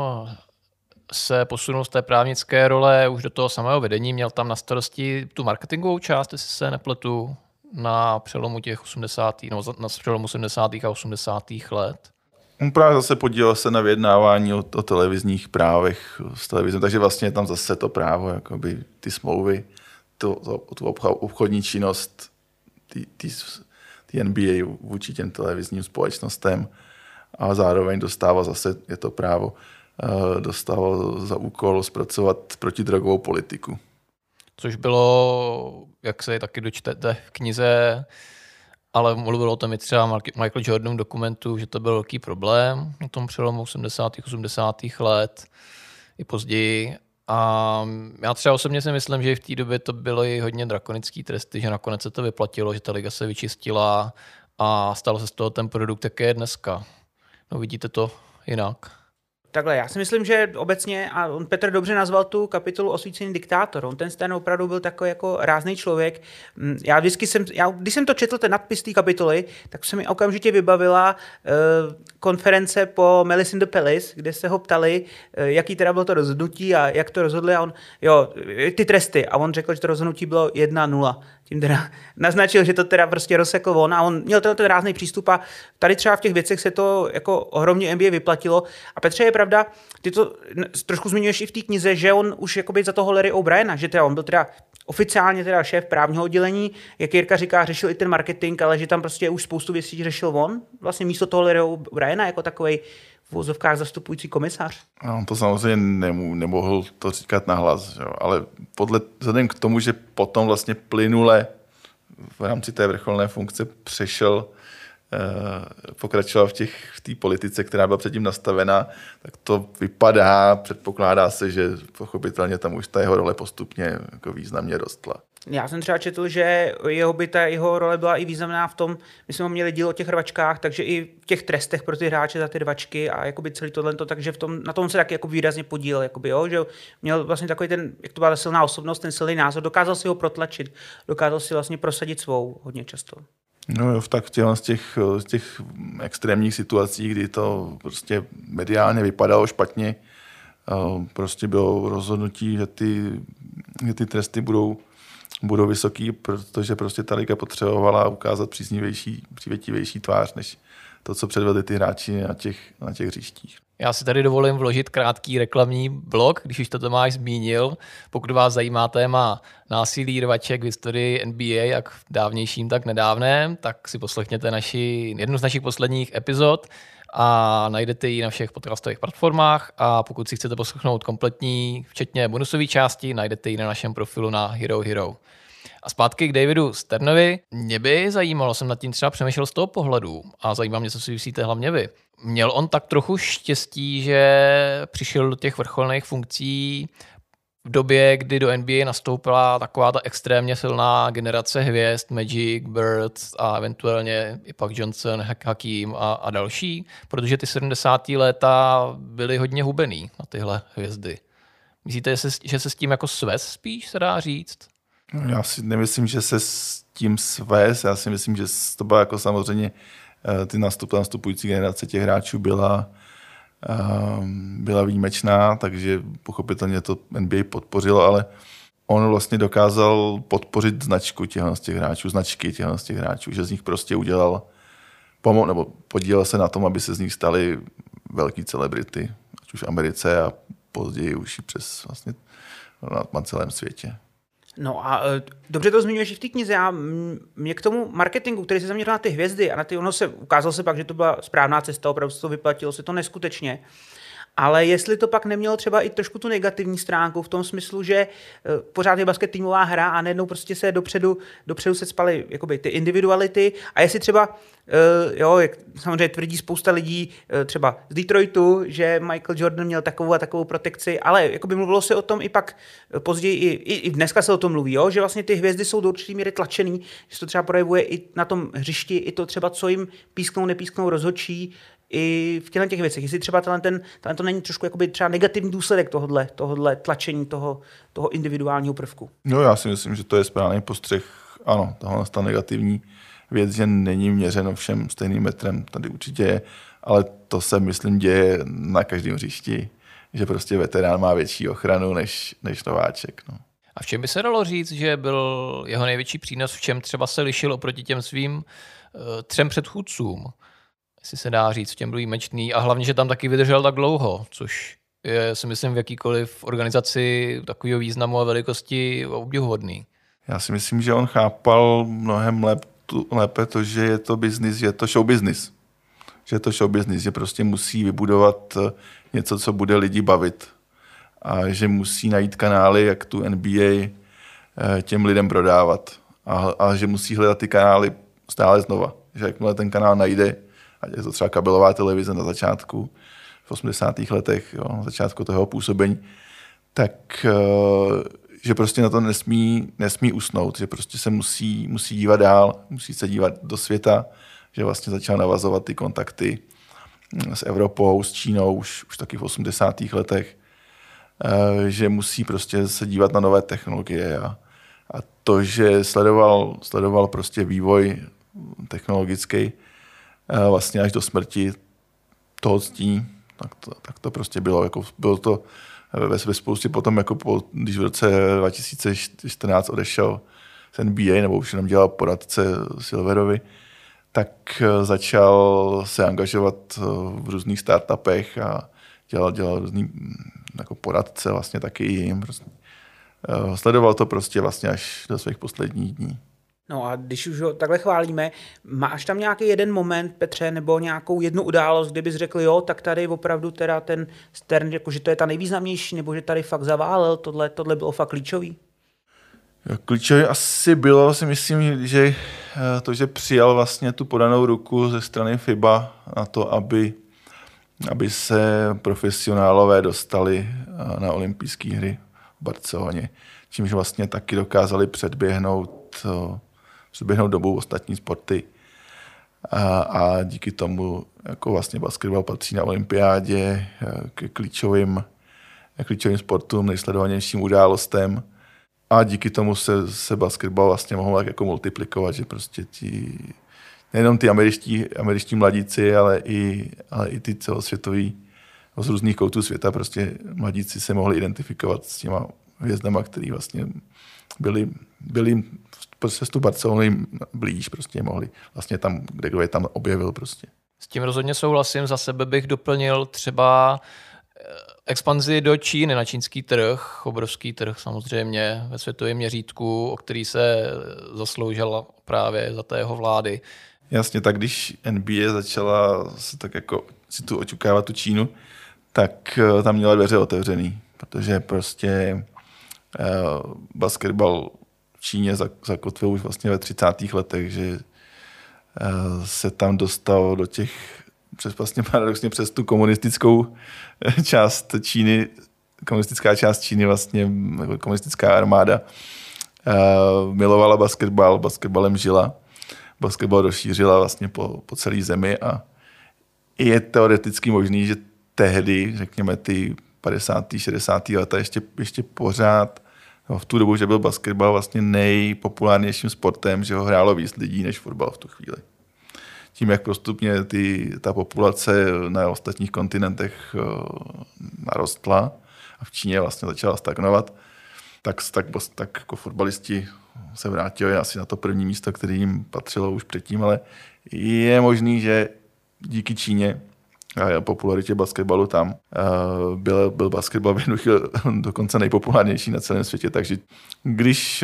S1: se posunul z té právnické role už do toho samého vedení, měl tam na starosti tu marketingovou část, jestli se nepletu, na přelomu těch 80. nebo na přelomu 70. a 80. let.
S6: On právě zase podílel se na vyjednávání o televizních právech s televizem, takže vlastně tam zase to právo, jakoby ty smlouvy, tu obchodní činnost, ty NBA vůči těm televizním společnostem a zároveň dostával zase, je to právo, dostával za úkol zpracovat protidrogovou politiku.
S1: Což bylo, jak se taky dočtete v knize, ale mluvil o tom i třeba Michael Jordan v dokumentu, že to byl velký problém na tom přelomu 80. 80. let i později. A já třeba osobně si myslím, že v té době to byly hodně drakonický tresty, že nakonec se to vyplatilo, že ta liga se vyčistila a stalo se z toho ten produkt, jaký je dneska. No vidíte to jinak?
S5: Takhle, já si myslím, že obecně, a on Petr dobře nazval tu kapitolu Osvícený diktátor, on ten Stan opravdu byl takový jako rázný člověk. Když jsem to četl, ten nadpis té kapitoly, tak se mi okamžitě vybavila konference po Malice in the Palace, kde se ho ptali, jaký teda bylo to rozhodnutí a jak to rozhodli a on, ty tresty. A on řekl, že to rozhodnutí bylo 1-0. Tím teda naznačil, že to teda prostě rozsekl on a on měl ten rázný přístup a tady třeba v těch věcech se to jako ohromně NBA vyplatilo. A Petře, je pravda, ty to trošku zmiňuješ i v té knize, že on už jakoby za toho Larry O'Briena, že teda on byl teda oficiálně teda šéf právního oddělení, jak Jirka říká, řešil i ten marketing, ale že tam prostě už spoustu věcí řešil on, vlastně místo toho Larry O'Briena jako takovej v uvozovkách zastupující komisař.
S6: On to samozřejmě nemohl to říkat nahlas, jo, ale vzhledem k tomu, že potom vlastně plynule v rámci té vrcholné funkce pokračoval v té politice, která byla předtím nastavená, tak to vypadá, předpokládá se, že pochopitelně tam už ta jeho role postupně jako významně rostla.
S5: Já jsem třeba četl, že jeho role byla i významná v tom, my jsme měli díl o těch rvačkách, takže i v těch trestech pro ty hráče za ty rvačky a jakoby celý tohleto, takže na tom se taky jako výrazně podílel, jakoby, jo, že měl vlastně takový ten, jak to byla silná osobnost, ten silný názor, dokázal si ho protlačit, dokázal si vlastně prosadit svou hodně často.
S6: No jo, tak z těch extrémních situací, kdy to prostě mediálně vypadalo špatně, prostě bylo rozhodnutí, že ty tresty budou vysoký, protože prostě ta liga potřebovala ukázat přívětivější tvář, než to, co předvedli ty hráči na těch hřištích.
S1: Já si tady dovolím vložit krátký reklamní blok, když už to Tomáš zmínil. Pokud vás zajímá téma násilí rvaček v historii NBA, jak v dávnějším, tak nedávném, tak si poslechněte jednu z našich posledních epizod a najdete ji na všech podcastových platformách a pokud si chcete poslechnout kompletní, včetně bonusové části, najdete ji na našem profilu na Hero Hero. A zpátky k Davidu Sternovi. Mě by zajímalo, jsem nad tím třeba přemýšlel z toho pohledu a zajímá mě, co si myslíte hlavně vy. Měl on tak trochu štěstí, že přišel do těch vrcholných funkcí v době, kdy do NBA nastoupila taková ta extrémně silná generace hvězd, Magic, Bird a eventuálně i pak Johnson, Hakeem a další, protože ty 70. léta byly hodně hubený na tyhle hvězdy. Myslíte, že se s tím jako svez spíš se dá říct?
S6: Já si nemyslím, že se s tím svést. Já si myslím, že to byla jako samozřejmě ty nastupující generace těch hráčů byla výjimečná, takže pochopitelně to NBA podpořilo, ale on vlastně dokázal podpořit značky těch hráčů, že z nich prostě udělal nebo podílel se na tom, aby se z nich stali velký celebrity, ať už v Americe a později už i přes vlastně na celém světě.
S5: No a dobře to zmiňuješ i v té knize. Mě k tomu marketingu, který se zaměřil na ty hvězdy a na ty, ukázalo se pak, že to byla správná cesta, opravdu se to vyplatilo, se to neskutečně. Ale jestli to pak nemělo třeba i trošku tu negativní stránku v tom smyslu, že pořád je basket týmová hra a najednou prostě se dopředu se spaly jakoby ty individuality a jestli třeba, jak samozřejmě tvrdí spousta lidí třeba z Detroitu, že Michael Jordan měl takovou a takovou protekci, ale jakoby mluvilo se o tom i pak později, i dneska se o tom mluví, že vlastně ty hvězdy jsou do určitý míry tlačený, že to třeba projevuje i na tom hřišti, i to třeba, co jim písknou, nepísknou rozhodčí, i v těch věcech. Jestli třeba to není trošku jakoby třeba negativní důsledek tohodle tlačení toho individuálního prvku.
S6: No já si myslím, že to je správný postřeh. Ano, tohle ta negativní věc, že není měřeno všem stejným metrem, tady určitě je, ale to se myslím děje na každém hřišti, že prostě veterán má větší ochranu než nováček. No.
S1: A v čem by se dalo říct, že byl jeho největší přínos, v čem třeba se lišil oproti těm svým 3 předchůdcům? Jestli se dá říct, v těm byl výjimečný a hlavně, že tam taky vydržel tak dlouho, což je, si myslím, v jakýkoliv organizaci takového významu a velikosti obdivuhodný.
S6: Já si myslím, že on chápal mnohem lépe to, že je to biznis, že je to show business. Že je to show business, že prostě musí vybudovat něco, co bude lidi bavit. A že musí najít kanály, jak tu NBA těm lidem prodávat. A že musí hledat ty kanály stále znova. Že jakmile ten kanál najde, ať je to třeba kabelová televize na začátku, v 80. letech, na začátku toho působení, tak že prostě na to nesmí usnout, že prostě se musí dívat dál, musí se dívat do světa, že vlastně začal navazovat ty kontakty s Evropou, s Čínou už taky v 80. letech, že musí prostě se dívat na nové technologie a to, že sledoval prostě vývoj technologický vlastně až do smrti toho ctí, tak to prostě bylo. Jako bylo to ve spoustě potom, jako když v roce 2014 odešel z NBA, nebo už jenom dělal poradce Silverovi, tak začal se angažovat v různých startupech a dělal různý jako poradce vlastně taky jim. Prostě. Sledoval to prostě vlastně až do svých posledních dní.
S5: No a když už ho takhle chválíme, máš tam nějaký jeden moment, Petře, nebo nějakou jednu událost, kde bys řekl, tak tady opravdu teda ten Stern, jako, že to je ta nejvýznamnější, nebo že tady fakt zaválel, tohle bylo fakt klíčový?
S6: Klíčový asi bylo, si myslím, že to, že přijal vlastně tu podanou ruku ze strany FIBA na to, aby se profesionálové dostali na olympijské hry v Barceloně, čímž vlastně taky dokázali předběhnout dobu ostatní sporty a díky tomu jako vlastně basketbal patří na olympiádě k klíčovým sportům, nejsledovanějším událostem a díky tomu se basketbal vlastně mohl tak jako multiplikovat, že prostě nejenom ty američtí mladíci, ale i ty celosvětoví z různých koutů světa prostě mladíci se mohli identifikovat s těma hvězdama, který vlastně byli prostě z tu Barcelony blíž, prostě mohli vlastně tam, kdo je tam objevil prostě.
S1: S tím rozhodně souhlasím, za sebe bych doplnil třeba expanzi do Číny, na čínský trh, obrovský trh samozřejmě ve světovém měřítku, o který se zasloužila právě za té jeho vlády.
S6: Jasně, tak když NBA začala se tak jako si tu očukávat tu Čínu, tak tam měla dveře otevřený, protože prostě basketbal v Číně zakotvil už vlastně ve 30. letech, že se tam dostal do těch paradoxně přes tu komunistickou část Číny, komunistická část Číny vlastně, komunistická armáda milovala basketbal, basketbalem žila, basketbal rozšířila vlastně po celé zemi a je teoreticky možný, že tehdy, řekněme ty 50. 60. leta ještě pořád v tu dobu, že byl basketbal vlastně nejpopulárnějším sportem, že ho hrálo víc lidí než fotbal v tu chvíli. Tím, jak postupně ta populace na ostatních kontinentech narostla a v Číně vlastně začala stagnovat, tak jako fotbalisti se vrátili asi na to první místo, který jim patřilo už předtím, ale je možný, že díky Číně a popularitě basketbalu tam byl basketbal v jednu chvíli dokonce nejpopulárnější na celém světě, takže když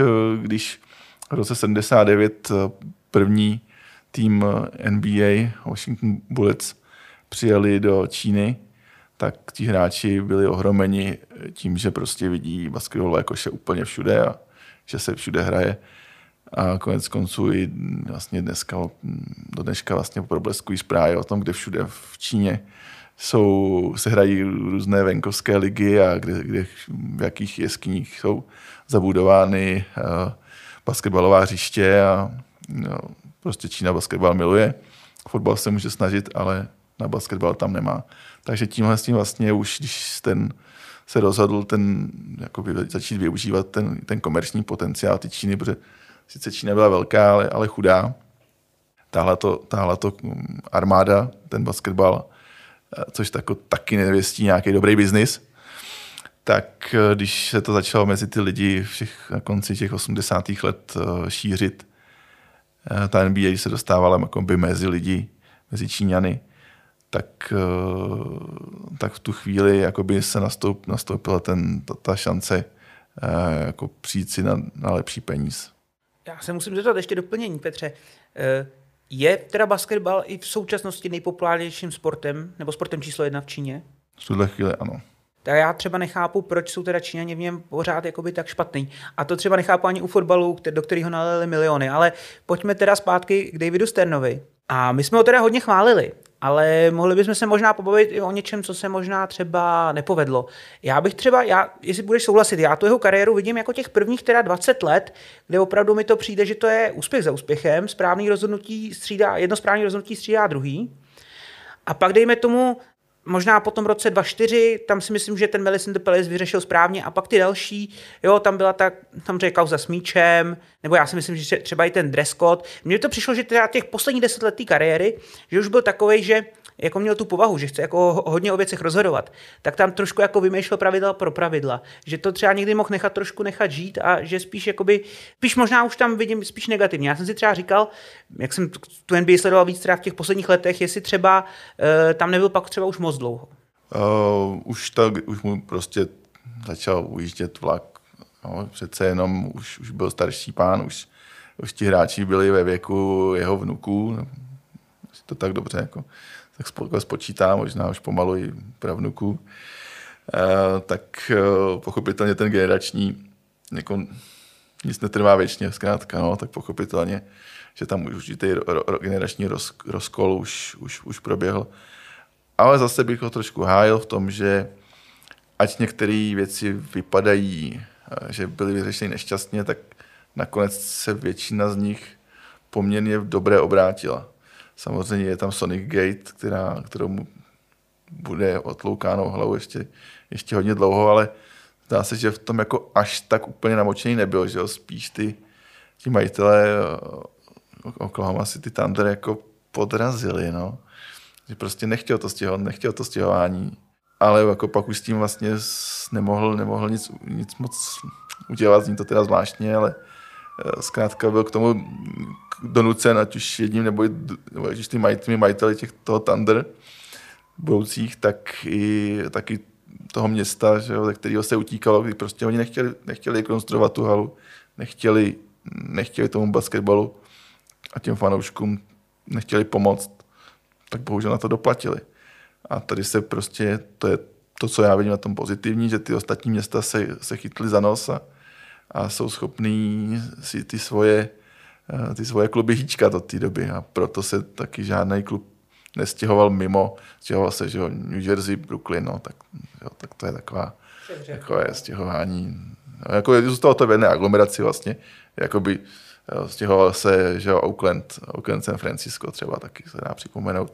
S6: v roce 79 první tým NBA Washington Bullets přijeli do Číny, tak ti hráči byli ohromeni tím, že prostě vidí basketbalové koše úplně všude a že se všude hraje. A konec konců i vlastně do dneška vlastně probleskují zprávy o tom, kde všude v Číně se hrají různé venkovské ligy a kde v jakých jeskyních jsou zabudovány basketbalová hřiště a prostě Čína basketbal miluje. Fotbal se může snažit, ale na basketbal tam nemá. Takže tímhle s tím vlastně už, když se rozhodl začít využívat ten komerční potenciál ty Číny, protože sice Čína byla velká, ale chudá. Táhla to armáda, ten basketbal, což taky nevěstí nějaký dobrý biznis. Tak když se to začalo mezi ty lidi na konci těch 80. let šířit, ta NBA se dostávala mezi lidi, mezi Číňany, tak v tu chvíli jakoby se nastoupila ta šance jako přijít si na lepší peníz.
S5: Já se musím zeptat ještě doplnění, Petře. Je teda basketbal i v současnosti nejpopulárnějším sportem, nebo sportem číslo 1 v Číně?
S6: V tuhle chvíli ano.
S5: Tak já třeba nechápu, proč jsou teda Číňani v něm pořád jakoby tak špatný. A to třeba nechápu ani u fotbalu, do kterého nalili miliony. Ale pojďme teda zpátky k Davidu Sternovi. A my jsme ho teda hodně chválili, ale mohli bychom se možná pobavit i o něčem, co se možná třeba nepovedlo. Jestli budeš souhlasit, já tu jeho kariéru vidím jako těch prvních teda 20 let, kde opravdu mi to přijde, že to je úspěch za úspěchem, jedno správné rozhodnutí střídá druhý. A pak dejme tomu, možná po tom roce 2004, tam si myslím, že ten Malice in the Palace vyřešil správně a pak ty další, tam byla samozřejmě kauza s míčem, nebo já si myslím, že třeba i ten dress code. Mně to přišlo, že teda těch posledních 10 let té kariéry, že už byl takovej, že jako měl tu povahu, že chce jako hodně o věcech rozhodovat, tak tam trošku jako vymýšlel pravidla pro pravidla, že to třeba někdy mohl nechat žít a že spíš možná už tam vidím spíš negativně. Já jsem si třeba říkal, jak jsem tu NBA sledoval víc třeba v těch posledních letech, jestli třeba tam nebyl pak třeba už moc dlouho.
S6: Už mu prostě začal ujíždět vlak. No, přece jenom už byl starší pán, už ti hráči byli ve věku jeho vnuků, jestli to tak dobře tak spočítá, možná už pomalu i pravnuků, tak pochopitelně ten generační nic netrvá věčně, zkrátka, tak pochopitelně, že tam už určitý generační rozkol už proběhl. Ale zase bych ho trošku hájil v tom, že ať některé věci vypadají, že byly vyřešeny nešťastně, tak nakonec se většina z nich poměrně dobré obrátila. Samozřejmě je tam Sonic Gate, kterou mu bude otloukánou hlavu ještě hodně dlouho, ale zdá se, že v tom jako až tak úplně namočený nebyl, že jo? Spíš ti majitelé Oklahoma City Thunder jako podrazili, no. Že prostě nechtěl to stěhování, ale jako pak už s tím vlastně nemohl nic moc udělat, zní to teda zvláštně, ale zkrátka byl k tomu donucen, ať už jedním nebo ať už ty majiteli toho Thunder budoucích, tak i taky toho města, že jo, ze kterého se utíkalo, kdy prostě oni nechtěli konstruovat tu halu, nechtěli tomu basketbalu a těm fanouškům nechtěli pomoct, tak bohužel na to doplatili. A tady se prostě, to je to, co já vidím na tom pozitivní, že ty ostatní města se chytly za nos a jsou schopní si ty svoje kluby hýčkat od té doby. A proto se taky žádný klub nestěhoval mimo. Stěhoval se, že jo, New Jersey, Brooklyn, no, tak to je takové stěhování. Jako zůstalo to v jedné aglomeraci vlastně, jakoby stěhoval se, že jo, Oakland, San Francisco třeba taky se dá připomenout.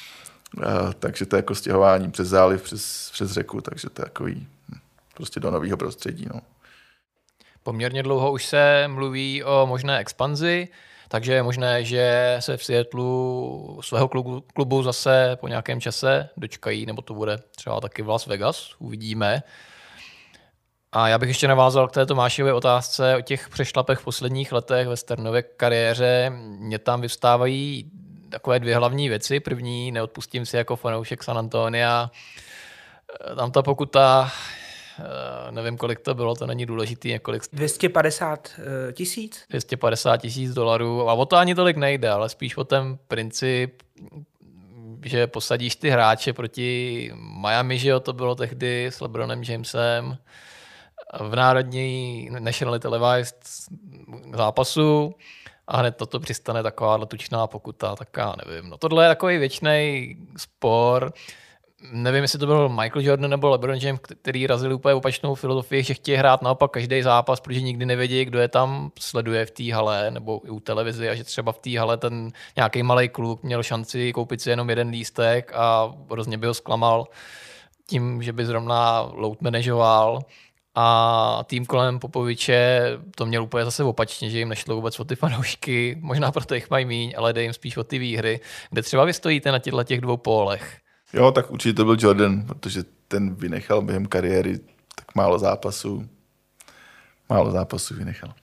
S6: Takže to je jako stěhování přes záliv, přes řeku, takže to je takový prostě do nového prostředí, no.
S1: Poměrně dlouho už se mluví o možné expanzi, takže je možné, že se v Seattlu svého klubu zase po nějakém čase dočkají, nebo to bude třeba taky v Las Vegas, uvidíme. A já bych ještě navázal k té Tomášově otázce o těch přešlapech v posledních letech ve Sternově kariéře. Mně tam vyvstávají takové dvě hlavní věci. První, neodpustím si jako fanoušek San Antonia. Tam ta pokuta, nevím, kolik to bylo, to není důležitý, několik...
S5: 250 000?
S1: $250,000 a o to ani tolik nejde, ale spíš o ten princip, že posadíš ty hráče proti Miami, že jo, to bylo tehdy s LeBronem Jamesem v národní National Televised zápasu a hned toto přistane takováhle tučná pokuta, tak já nevím. No tohle je takový věčný spor. Nevím, jestli to byl Michael Jordan nebo LeBron James, který razili úplně opačnou filozofii, že chtějí hrát naopak každý zápas, protože nikdy nevědí, kdo je tam sleduje v té hale nebo i u televizi a že třeba v té hale ten nějaký malý kluk měl šanci koupit si jenom jeden lístek a hrozně by ho zklamal tím, že by zrovna load manažoval. A tým kolem Popoviče to měl úplně zase opačně, že jim nešlo vůbec o ty fanoušky, možná proto jich mají míň, ale jde jim spíš o ty výhry, kde třeba vy stojíte na těch dvou pólech.
S6: Jo, tak určitě to byl Jordan, protože ten vynechal během kariéry tak málo zápasů vynechal.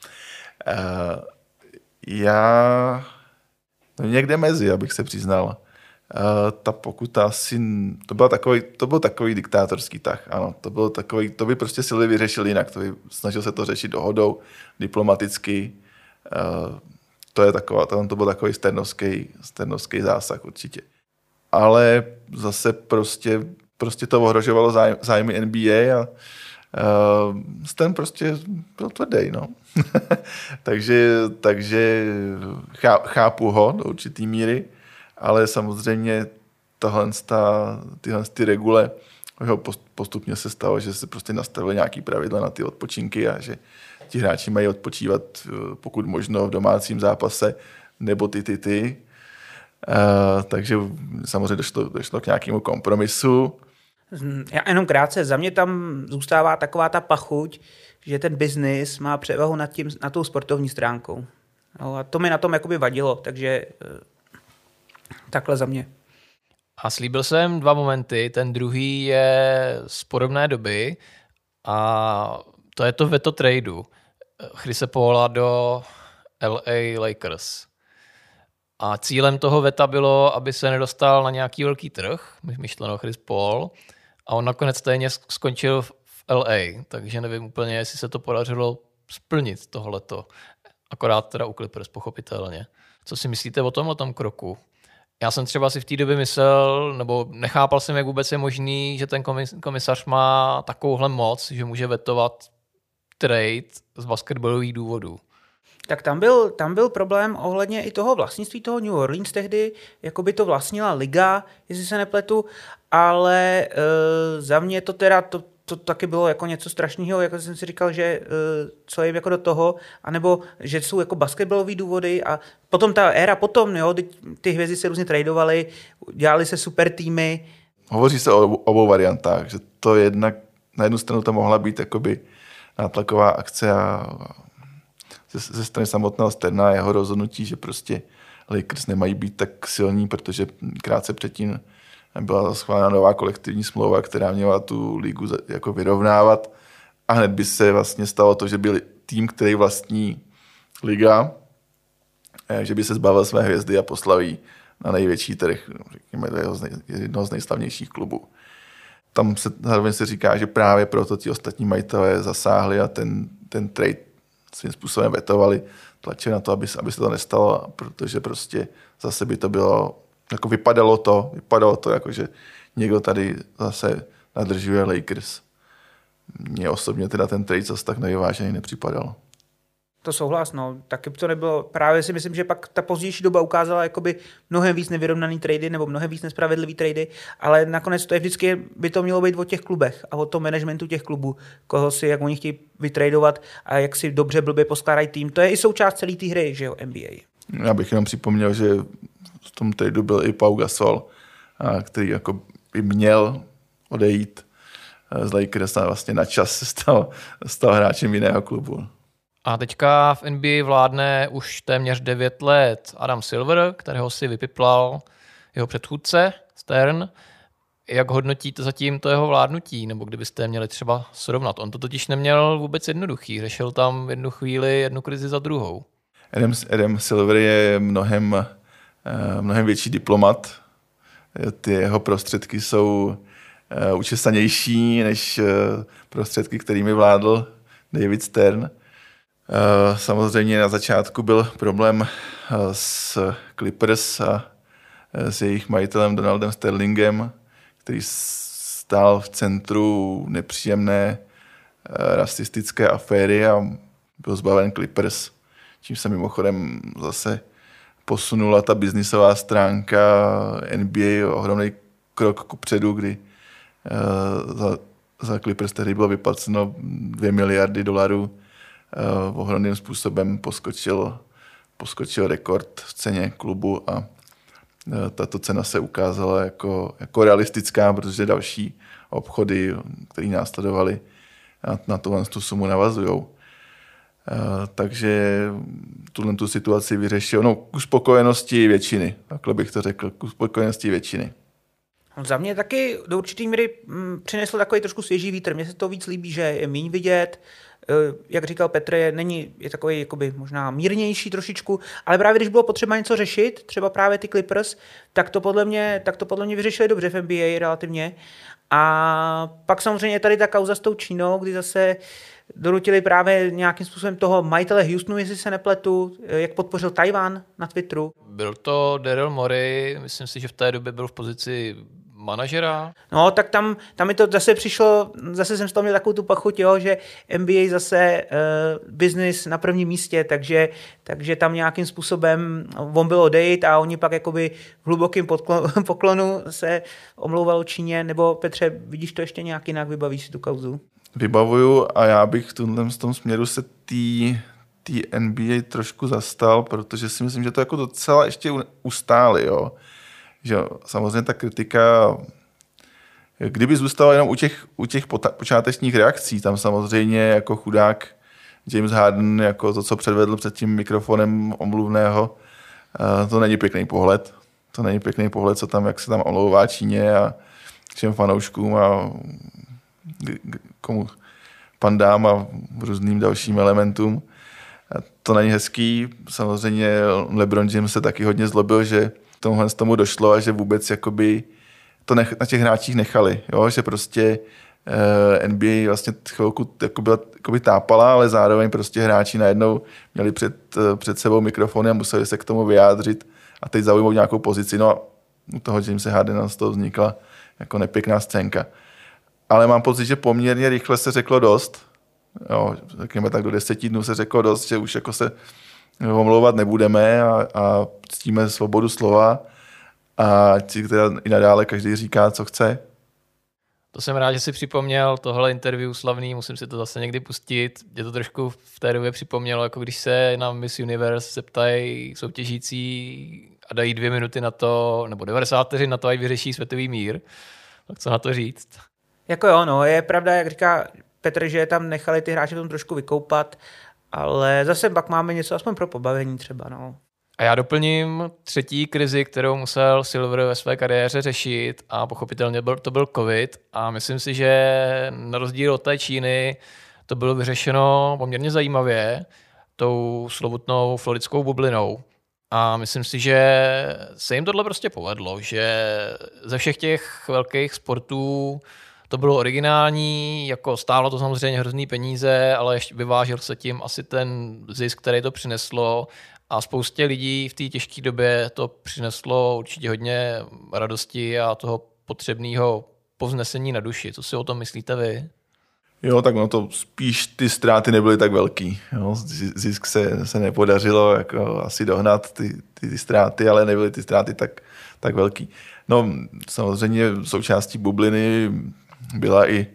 S6: Já někde mezi, abych se přiznal. Ta pokuta asi, to byl takový diktátorský tah, ano, to by prostě Silvy vyřešil jinak, snažil se to řešit dohodou, diplomaticky, to byl takový sternovský zásah určitě. Ale zase prostě to ohrožovalo zájmy NBA a ten prostě byl tvrdý, no. takže chápu ho do určitý míry, ale samozřejmě tyhle regule postupně se stalo, že se prostě nastavily nějaký pravidla na ty odpočinky a že ti hráči mají odpočívat pokud možno v domácím zápase nebo ty. Takže samozřejmě došlo k nějakému kompromisu.
S5: Já jenom krátce, za mě tam zůstává taková ta pachuť, že ten biznis má převahu nad tou sportovní stránkou. No, a to mi na tom jakoby vadilo, takže takhle za mě.
S1: A slíbil jsem 2 momenty, ten druhý je z podobné doby a to je to veto tradu Chrisse Paula do LA Lakers. A cílem toho veta bylo, aby se nedostal na nějaký velký trh, myšleno Chris Paul, a on nakonec stejně skončil v LA, takže nevím úplně, jestli se to podařilo splnit tohleto. Akorát teda u Clippers, pochopitelně. Co si myslíte o tom kroku? Já jsem třeba si v té době myslel, nebo nechápal jsem, jak vůbec je možný, že ten komisař má takovouhle moc, že může vetovat trade z basketbalových důvodů.
S5: Tak tam byl problém ohledně i toho vlastnictví toho New Orleans tehdy, jako by to vlastnila liga, jestli se nepletu, ale za mě to teda, to taky bylo jako něco strašného, jako jsem si říkal, že co je jako do toho, anebo že jsou jako basketbalové důvody a potom ta éra potom, jo, ty hvězdy se různě tradovaly, dělali se super týmy.
S6: Hovoří se o obou variantách, že to jednak na jednu stranu to mohla být jakoby nátlaková akce a ze strany samotného Sterna jeho rozhodnutí, že prostě Lakers nemají být tak silní, protože krátce předtím byla schválena nová kolektivní smlouva, která měla tu ligu jako vyrovnávat a hned by se vlastně stalo to, že byl tým, který vlastní liga, že by se zbavil své hvězdy a poslal jí na největší trh, řekněme, jednoho z nejslavnějších klubů. Tam se zároveň se říká, že právě proto ti ostatní majitelé zasáhli a ten trade svým způsobem vetovali, tlačili na to, aby se to nestalo, protože prostě zase by to bylo, jako vypadalo to, jako že někdo tady zase nadržuje Lakers. Mně osobně teda ten trade zase tak nevyvážený nepřipadal.
S5: To souhlas, no. Taky to nebylo, právě si myslím, že pak ta pozdější doba ukázala jakoby mnohem víc nevyrovnaný trady nebo mnohem víc nespravedlivý trady, ale nakonec to je vždycky, by to mělo být o těch klubech a o tom managementu těch klubů, koho si, jak oni chtějí vytradovat a jak si dobře blbě poskládají tým. To je i součást celé té hry, že jo, NBA.
S6: Já bych jenom připomněl, že v tom tradu byl i Pau Gasol, který jako by měl odejít z Lakers a vlastně na čas se stal hráčem jiného klubu.
S1: A teďka v NBA vládne už téměř 9 let Adam Silver, kterého si vypiplal jeho předchůdce Stern. Jak hodnotíte zatím to jeho vládnutí, nebo kdybyste je měli třeba srovnat? On to totiž neměl vůbec jednoduchý, řešil tam v jednu chvíli jednu krizi za druhou.
S6: Adam Silver je mnohem větší diplomat. Ty jeho prostředky jsou učesanější než prostředky, kterými vládl David Stern. Samozřejmě na začátku byl problém s Clippers a s jejich majitelem Donaldem Sterlingem, který stál v centru nepříjemné rasistické aféry a byl zbaven Clippers, čím se mimochodem zase posunula ta biznisová stránka NBA ohromný krok kupředu, kdy za Clippers tehdy bylo vyplaceno $2 miliardy. Ohromným způsobem poskočil rekord v ceně klubu a tato cena se ukázala jako realistická, protože další obchody, které následovaly, na tu sumu navazují. Takže tu situaci vyřešil k spokojenosti většiny. Takhle bych to řekl, k spokojenosti většiny.
S5: Za mě taky do určitý míry přinesl takový trošku svěží vítr. Mně se to víc líbí, že je míň vidět. Jak říkal Petr, je takový jakoby možná mírnější trošičku, ale právě když bylo potřeba něco řešit, třeba právě ty Clippers, tak to podle mě vyřešili dobře v NBA relativně. A pak samozřejmě je tady ta kauza s tou Čínou, kdy zase donutili právě nějakým způsobem toho majitele Houstonu, jestli se nepletu, jak podpořil Tajvan na Twitteru.
S1: Byl to Daryl Morey, myslím si, že v té době byl v pozici manažera.
S5: No, tak tam mi to zase přišlo, zase jsem z toho měl takovou tu pachuť, jo, že NBA zase business na prvním místě, takže tam nějakým způsobem on byl odejít a oni pak jakoby v hlubokým poklonu se omlouvalo Číně, nebo Petře, vidíš to ještě nějak jinak, vybavíš si tu kauzu?
S6: Vybavuju a já bych v tom směru se tý NBA trošku zastal, protože si myslím, že to jako docela ještě ustáli, jo. Že samozřejmě ta kritika, kdyby zůstala jenom u těch počátečních reakcí, tam samozřejmě jako chudák James Harden, jako to, co předvedl před tím mikrofonem omluvného, to není pěkný pohled. To není pěkný pohled, jak se tam omlouvá Číně a všem fanouškům a komu pandám a různým dalším elementům. To není hezký. Samozřejmě LeBron James se taky hodně zlobil, že tomu došlo a že vůbec jakoby to na těch hráčích nechali. Jo? Že prostě NBA vlastně chvilku jakoby tápala, ale zároveň prostě hráči najednou měli před sebou mikrofony a museli se k tomu vyjádřit a teď zaujmout nějakou pozici. No a u toho Jamesa Hardena z toho vznikla jako nepěkná scénka. Ale mám pocit, že poměrně rychle se řeklo dost. Jo, řekněme tak do 10 dnů se řeklo dost, že už jako se omlouvat nebudeme a ctíme svobodu slova a teda i nadále každý říká, co chce.
S1: To jsem rád, že si připomněl tohle interview slavný, musím si to zase někdy pustit. Mě to trošku v té době připomnělo, jako když se na Miss Universe se ptají soutěžící a dají 2 minuty na to, nebo 90 vteřin na to, ať vyřeší světový mír. Tak co na to říct?
S5: Jako jo, no, je pravda, jak říká Petr, že tam nechali ty hráče v tom trošku vykoupat, ale zase pak máme něco aspoň pro pobavení třeba, no.
S1: A já doplním 3. krizi, kterou musel Silver ve své kariéře řešit a pochopitelně to byl covid a myslím si, že na rozdíl od té Číny to bylo vyřešeno poměrně zajímavě tou slovutnou floridskou bublinou. A myslím si, že se jim tohle prostě povedlo, že ze všech těch velkých sportů to bylo originální, jako stálo to samozřejmě hrozný peníze, ale ještě vyvážil se tím asi ten zisk, který to přineslo a spoustě lidí v té těžké době to přineslo určitě hodně radosti a toho potřebného povznesení na duši. Co si o tom myslíte vy?
S6: Jo, tak no to spíš ty ztráty nebyly tak velký. Jo. Zisk se nepodařilo jako asi dohnat ty ztráty, ale nebyly ty ztráty tak velký. No samozřejmě součástí bubliny byla i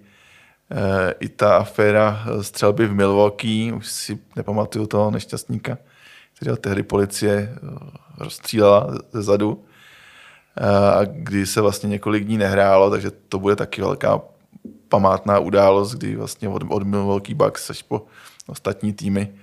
S6: ta aféra střelby v Milwaukee, už si nepamatuju toho nešťastníka, kterého tehdy policie rozstřílela zezadu, a kdy se vlastně několik dní nehrálo, takže to bude taky velká památná událost, kdy vlastně od Milwaukee Bucks až po ostatní týmy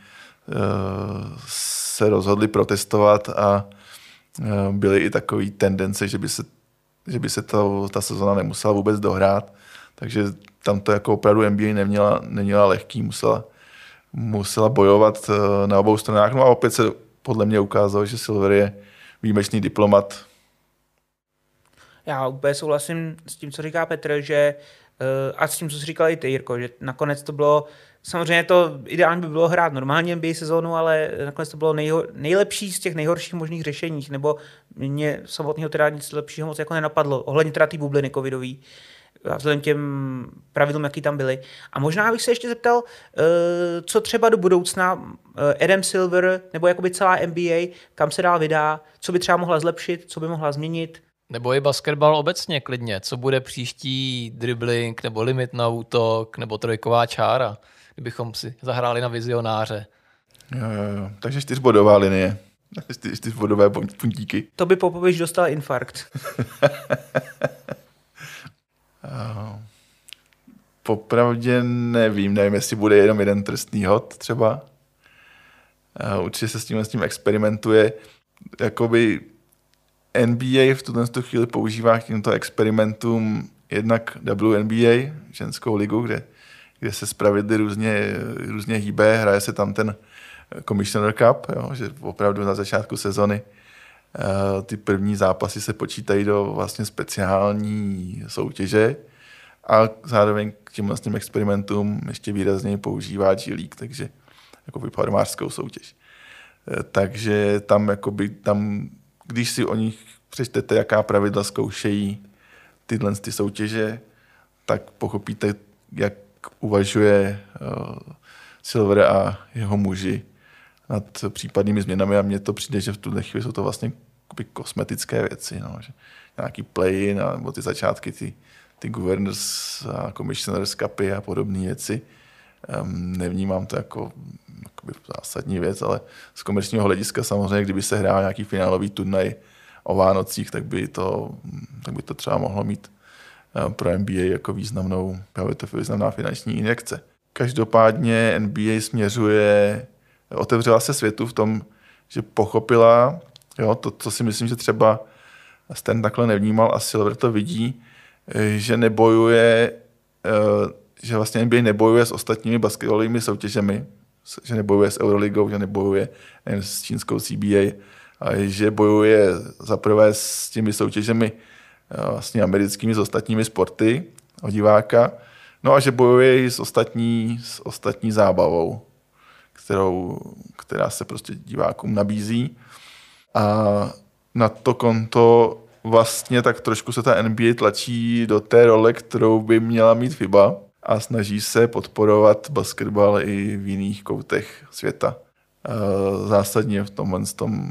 S6: se rozhodli protestovat a byly i takové tendence, že by se že by se ta sezona nemusela vůbec dohrát. Takže tam to jako opravdu NBA neměla lehký, musela bojovat na obou stranách. No a opět se podle mě ukázalo, že Silver je výjimečný diplomat.
S5: Já úplně souhlasím s tím, co říká Petr, že a s tím, co jsi říkal i ty, Jirko, že nakonec to bylo, samozřejmě to ideálně by bylo hrát normálně NBA sezónu, ale nakonec to bylo nejlepší z těch nejhorších možných řešení, nebo mě samotného teda nic lepšího moc jako nenapadlo, ohledně teda té bubliny covidový, a vzhledem těm pravidlům, jaký tam byly. A možná bych se ještě zeptal, co třeba do budoucna Adam Silver, nebo jakoby celá NBA, kam se dál vydá, co by třeba mohla zlepšit, co by mohla změnit.
S1: Nebo i basketbal obecně klidně. Co bude příští dribbling, nebo limit na útok, nebo trojková čára, kdybychom si zahráli na vizionáře.
S6: Jo. Takže 4bodová linie. 4bodové puntíky.
S5: To by Popovič dostal infarkt.
S6: Popravdě nevím, jestli bude jenom jeden trestný hod třeba. Určitě se s tím experimentuje. Jakoby NBA v tuto chvíli používá k těmto experimentům jednak WNBA, ženskou ligu, kde se zpravidly různě hýbe, hraje se tam ten Commissioner Cup, jo, že opravdu na začátku sezony ty první zápasy se počítají do vlastně speciální soutěže a zároveň k těm vlastním experimentům ještě výrazněji používá G-League, takže jakoby farmářskou soutěž. Takže tam, když si o nich přečtete, jaká pravidla zkoušejí tyhle soutěže, tak pochopíte, jak uvažuje Silver a jeho muži nad případnými změnami a mně to přijde, že v tuhle chvíli jsou to vlastně kosmetické věci, no, že nějaký play-in nebo ty začátky, ty governors a commissioners cupy a podobné věci. Nevnímám to jako zásadní věc, ale z komerčního hlediska samozřejmě, kdyby se hrál nějaký finálový turnaj o Vánocích, tak by to třeba mohlo mít pro NBA jako významná finanční injekce. Každopádně NBA otevřela se světu v tom, že pochopila, jo, to, co si myslím, že třeba Stan takhle nevnímal a Silver to vidí, že nebojuje, že vlastně NBA nebojuje s ostatními basketbalovými soutěžemi, že nebojuje s Euroligou, že nebojuje jen s čínskou CBA, ale že bojuje zaprvé s těmi soutěžemi vlastně americkými, s ostatními sporty o diváka, no a že bojuje i s ostatní zábavou, která se prostě divákům nabízí. A na to konto vlastně tak trošku se ta NBA tlačí do té role, kterou by měla mít FIBA a snaží se podporovat basketbal i v jiných koutech světa. Zásadně v tom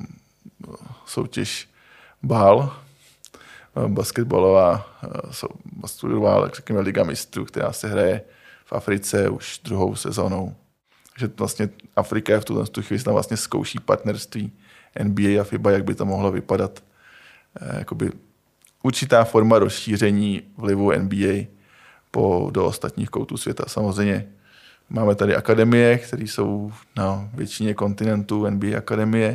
S6: soutěž BAL, basketbalová řekněme, Liga mistrů, která se hraje v Africe už druhou sezónou. Takže vlastně Afrika je v tuto chvíli vlastně zkouší partnerství NBA a FIBA, jak by to mohlo vypadat. Jakoby určitá forma rozšíření vlivu NBA do ostatních koutů světa. Samozřejmě máme tady akademie, které jsou na většině kontinentů, NBA akademie.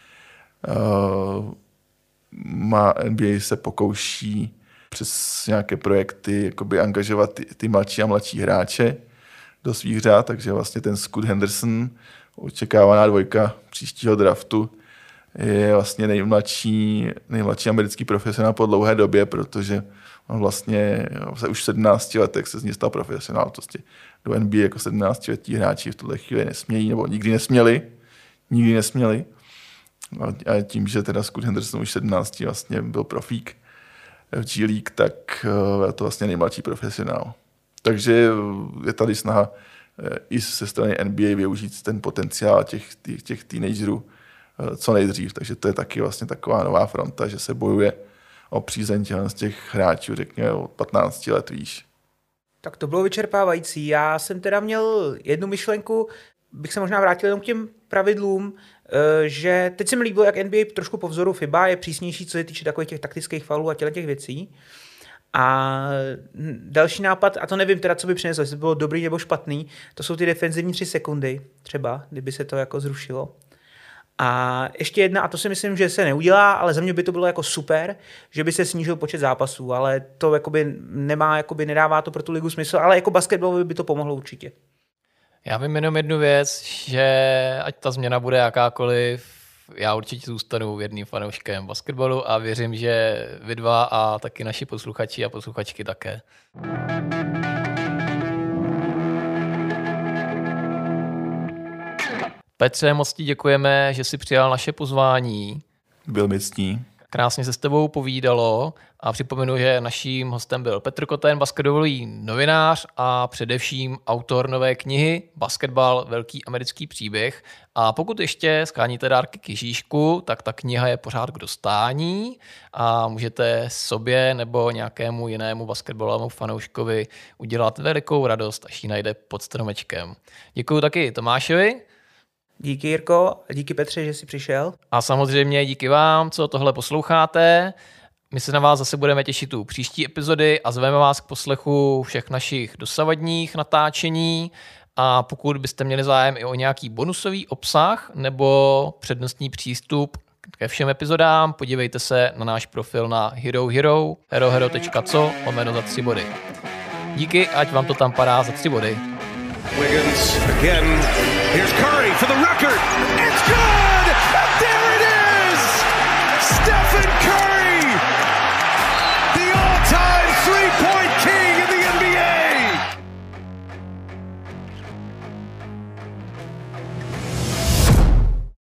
S6: NBA se pokouší přes nějaké projekty jakoby angažovat ty mladší a mladší hráče do svých řád, takže vlastně ten Scoot Henderson, očekávaná dvojka příštího draftu, je vlastně nejmladší americký profesionál po dlouhé době, protože on vlastně už v 17 letech se z něj stal profesionál. Prostě do NBA jako 17letí hráči v tuhle chvíli nesmějí, nebo nikdy nesměli. A tím, že teda Scoot Henderson už 17 vlastně byl profík v G-League, tak je to vlastně nejmladší profesionál. Takže je tady snaha i ze strany NBA využít ten potenciál těch teenagerů co nejdřív. Takže to je taky vlastně taková nová fronta, že se bojuje o přízeň z těch hráčů, řekněme, od 15 let výš.
S5: Tak to bylo vyčerpávající. Já jsem teda měl jednu myšlenku, bych se možná vrátil jenom k těm pravidlům, že teď se mi líbilo, jak NBA trošku po vzoru FIBA je přísnější, co se týče takových těch taktických faulů a těch věcí. A další nápad, a to nevím teda, co by přineslo, jestli bylo dobrý nebo špatný, to jsou ty defenzivní 3 sekundy třeba, kdyby se to jako zrušilo. A ještě jedna, a to si myslím, že se neudělá, ale za mě by to bylo jako super, že by se snížil počet zápasů, ale to jakoby nemá, jakoby nedává to pro tu ligu smysl, ale jako basketbalovi by to pomohlo určitě. Já vím jenom jednu věc, že ať ta změna bude jakákoliv, já určitě zůstanu věrným fanouškem basketbalu a věřím, že vy dva a taky naši posluchači a posluchačky také. Petře, moc ti děkujeme, že jsi přijal naše pozvání.
S6: Byl mi ctí.
S1: Krásně se s tebou povídalo a připomenu, že naším hostem byl Petr Koten, basketbalový novinář a především autor nové knihy Basketbal, velký americký příběh. A pokud ještě sháníte dárky k Ježíšku, tak ta kniha je pořád k dostání a můžete sobě nebo nějakému jinému basketbalovému fanouškovi udělat velikou radost, až ji najde pod stromečkem. Děkuju taky Tomášovi. Díky Jirko, díky Petře, že jsi přišel. A samozřejmě díky vám, co tohle posloucháte. My se na vás zase budeme těšit u příští epizody a zveme vás k poslechu všech našich dosavadních natáčení. A pokud byste měli zájem i o nějaký bonusový obsah nebo přednostní přístup ke všem epizodám, podívejte se na náš profil na herohero.co/za3body. Díky, ať vám to tam padá za 3 body. Wiggins again. Here's Curry for the record. It's good! Derrick